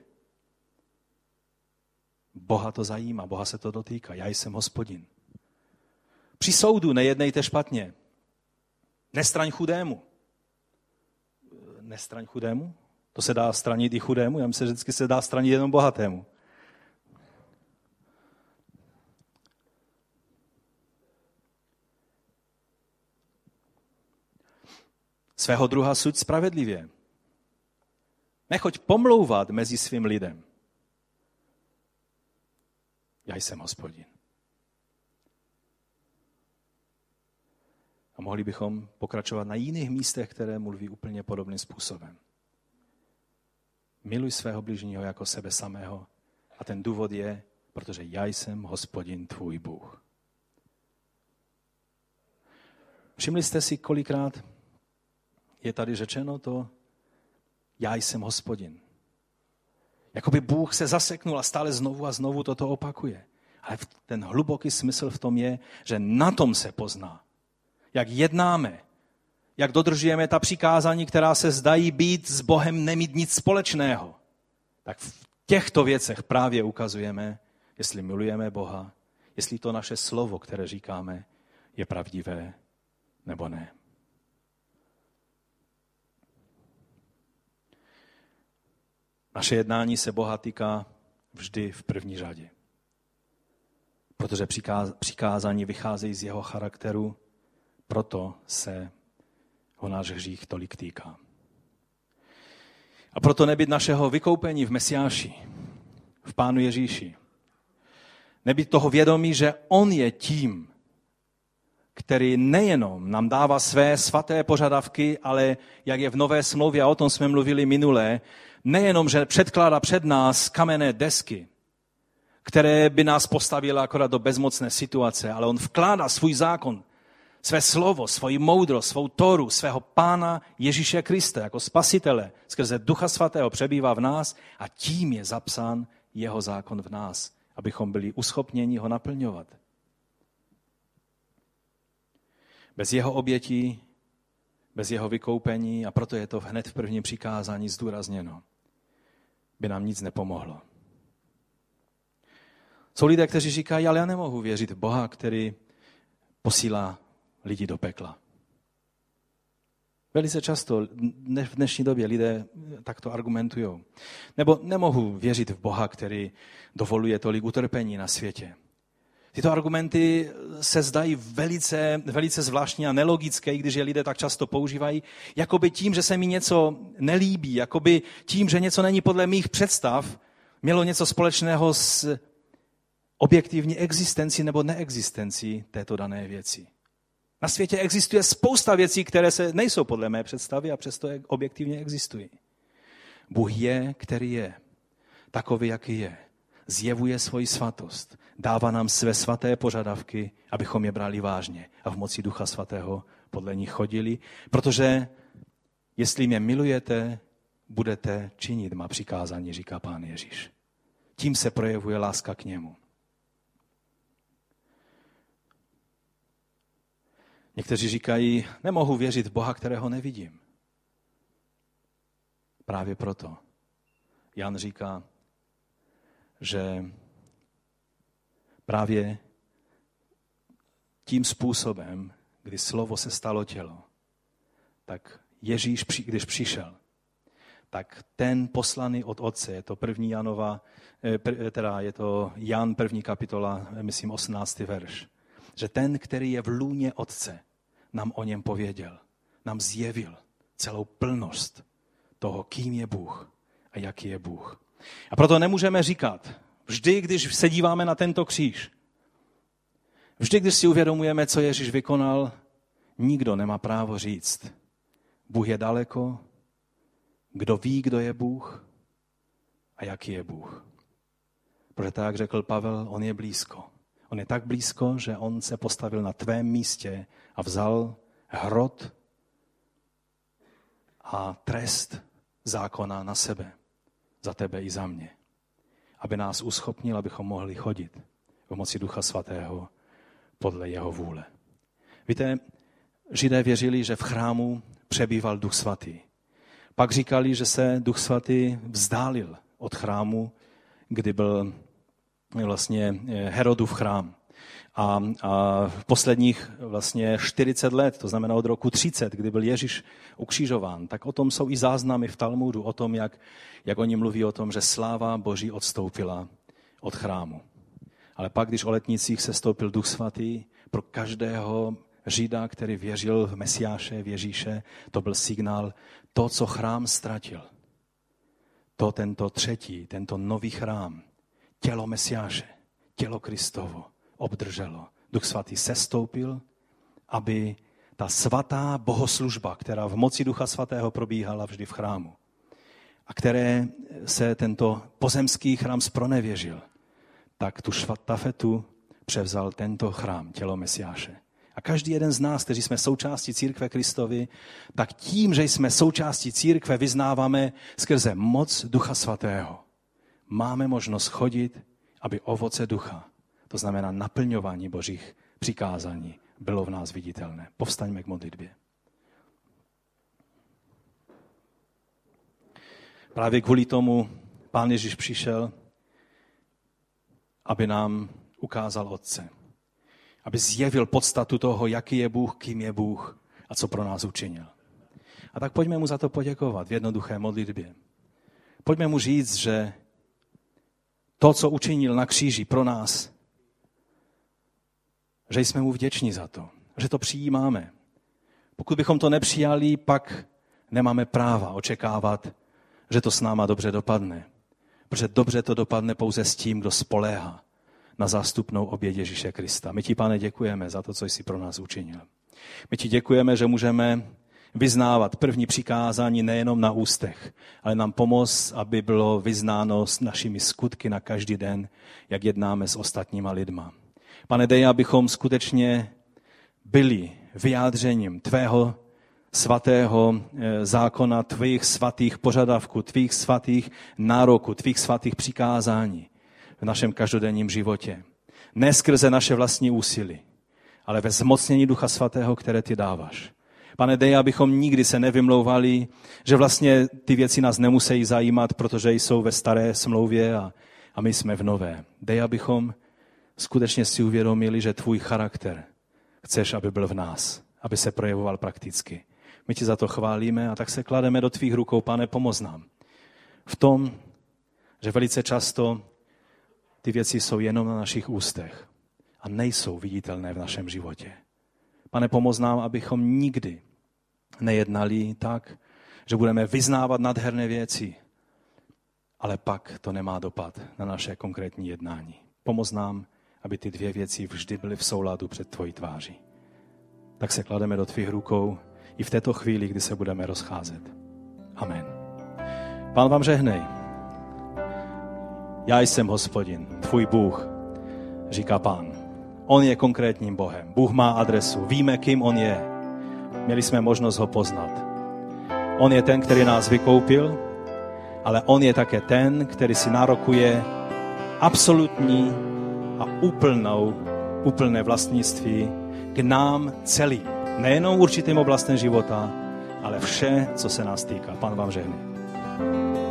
Boha to zajímá, Boha se to dotýká. Já jsem Hospodin. Při soudu nejednejte špatně. Nestraň chudému. Nestraň chudému? To se dá stranit i chudému? Já myslím, že vždycky se dá stranit jenom bohatému. Svého druha suď spravedlivě. Nechoď pomlouvat mezi svým lidem. Já jsem Hospodin. A mohli bychom pokračovat na jiných místech, které mluví úplně podobným způsobem. Miluj svého bližního jako sebe samého. A ten důvod je, protože já jsem Hospodin tvůj Bůh. Všimli jste si, kolikrát je tady řečeno to, já jsem Hospodin. Jakoby Bůh se zaseknul a stále znovu a znovu toto opakuje. Ale ten hluboký smysl v tom je, že na tom se pozná. Jak jednáme, jak dodržujeme ta přikázání, která se zdají být s Bohem nemít nic společného. Tak těchto věcech právě ukazujeme, jestli milujeme Boha, jestli to naše slovo, které říkáme, je pravdivé nebo ne. Naše jednání se Boha týká vždy v první řadě. Protože přikázání vycházejí z jeho charakteru, proto se ho náš hřích tolik týká. A proto nebýt našeho vykoupení v Mesiáši, v Pánu Ježíši, nebýt toho vědomí, že on je tím, který nejenom nám dává své svaté požadavky, ale jak je v Nové smlouvě, a o tom jsme mluvili minule, nejenom, že předkládá před nás kamenné desky, které by nás postavily akorát do bezmocné situace, ale on vkládá svůj zákon, své slovo, svoji moudrost, svou Tóru, svého Pána Ježíše Krista jako spasitele skrze Ducha Svatého přebývá v nás a tím je zapsán jeho zákon v nás, abychom byli uschopněni ho naplňovat. Bez jeho obětí, bez jeho vykoupení, a proto je to hned v prvním přikázání zdůrazněno, by nám nic nepomohlo. Jsou lidé, kteří říkají, ale já nemohu věřit v Boha, který posílá lidi do pekla. Velice často v dnešní době lidé takto argumentují. Nebo nemohu věřit v Boha, který dovoluje tolik utrpení na světě. Tyto argumenty se zdají velice zvláštní a nelogické, když je lidé tak často používají, jakoby tím, že se mi něco nelíbí, jakoby tím, že něco není podle mých představ, mělo něco společného s objektivní existencí nebo neexistencí této dané věci. Na světě existuje spousta věcí, které nejsou podle mé představy a přesto objektivně existují. Bůh je, který je, takový, jaký je. Zjevuje svoji svatost, dává nám své svaté požadavky, abychom je brali vážně a v moci Ducha Svatého podle nich chodili, protože jestli mě milujete, budete činit má přikázání, říká Pán Ježíš. Tím se projevuje láska k němu. Někteří říkají, nemohu věřit v Boha, kterého nevidím. Právě proto Jan říká, že právě tím způsobem, kdy slovo se stalo tělo, tak Ježíš, když přišel, tak ten poslaný od Otce, je to je to Jan 1. kapitola, myslím 18. verš, že ten, který je v lůně Otce, nám o něm pověděl, nám zjevil celou plnost toho, kým je Bůh a jaký je Bůh. A proto nemůžeme říkat, vždy, když se díváme na tento kříž, vždy, když si uvědomujeme, co Ježíš vykonal, nikdo nemá právo říct, Bůh je daleko, kdo ví, kdo je Bůh a jaký je Bůh. Protože tak řekl Pavel, on je blízko. On je tak blízko, že on se postavil na tvém místě a vzal hrot a trest zákona na sebe. Za tebe i za mě. Aby nás uschopnil, abychom mohli chodit v moci Ducha Svatého podle jeho vůle. Víte, Židé věřili, že v chrámu přebýval Duch Svatý. Pak říkali, že se Duch Svatý vzdálil od chrámu, kdy byl vlastně Herodův chrám. A v posledních vlastně 40 let, to znamená od roku 30, kdy byl Ježíš ukřižován, tak o tom jsou i záznamy v Talmudu, o tom, jak oni mluví o tom, že sláva Boží odstoupila od chrámu. Ale pak, když o letnicích sestoupil Duch Svatý, pro každého Žida, který věřil v Mesiáše, v Ježíše, to byl signál, to, co chrám ztratil, tento nový chrám, tělo Mesiáše, tělo Kristovo, obdrželo. Duch Svatý sestoupil, aby ta svatá bohoslužba, která v moci Ducha Svatého probíhala vždy v chrámu a které se tento pozemský chrám zpronevěřil, tak tu štafetu převzal tento chrám, tělo Mesiáše. A každý jeden z nás, kteří jsme součástí církve Kristovy, tak tím, že jsme součástí církve, vyznáváme skrze moc Ducha Svatého. Máme možnost chodit, aby ovoce ducha, to znamená naplňování Božích přikázání, bylo v nás viditelné. Povstaňme k modlitbě. Právě kvůli tomu Pán Ježíš přišel, aby nám ukázal Otce. Aby zjevil podstatu toho, jaký je Bůh, kým je Bůh a co pro nás učinil. A tak pojďme mu za to poděkovat v jednoduché modlitbě. Pojďme mu říct, že to, co učinil na kříži pro nás, že jsme mu vděční za to, že to přijímáme. Pokud bychom to nepřijali, pak nemáme práva očekávat, že to s náma dobře dopadne. Protože dobře to dopadne pouze s tím, kdo spoléhá na zástupnou oběť Ježíše Krista. My ti, Pane, děkujeme za to, co jsi pro nás učinil. My ti děkujeme, že můžeme vyznávat první přikázání nejenom na ústech, ale nám pomoct, aby bylo vyznáno s našimi skutky na každý den, jak jednáme s ostatníma lidma. Pane, dej, abychom skutečně byli vyjádřením tvého svatého zákona, tvých svatých požadavků, tvých svatých nároků, tvých svatých přikázání v našem každodenním životě. Ne skrze naše vlastní úsilí, ale ve zmocnění Ducha Svatého, které ty dáváš. Pane, dej, abychom nikdy se nevymlouvali, že vlastně ty věci nás nemusí zajímat, protože jsou ve staré smlouvě a my jsme v nové. Dej, abychom skutečně si uvědomili, že tvůj charakter chceš, aby byl v nás, aby se projevoval prakticky. My ti za to chválíme a tak se klademe do tvých rukou, Pane, pomoz nám. V tom, že velice často ty věci jsou jenom na našich ústech a nejsou viditelné v našem životě. Pane, pomoz nám, abychom nikdy nejednali tak, že budeme vyznávat nádherné věci, ale pak to nemá dopad na naše konkrétní jednání. Pomoz nám, aby ty dvě věci vždy byly v souladu před tvojí tváří. Tak se klademe do tvých rukou i v této chvíli, kdy se budeme rozcházet. Amen. Pán vám žehnej. Já jsem Hospodin, tvůj Bůh, říká Pán. On je konkrétním Bohem. Bůh má adresu. Víme, kým on je. Měli jsme možnost ho poznat. On je ten, který nás vykoupil, ale on je také ten, který si nárokuje absolutní a úplné vlastnictví k nám celým. Nejenom určitým oblastem života, ale vše, co se nás týká. Pán vám žehnej.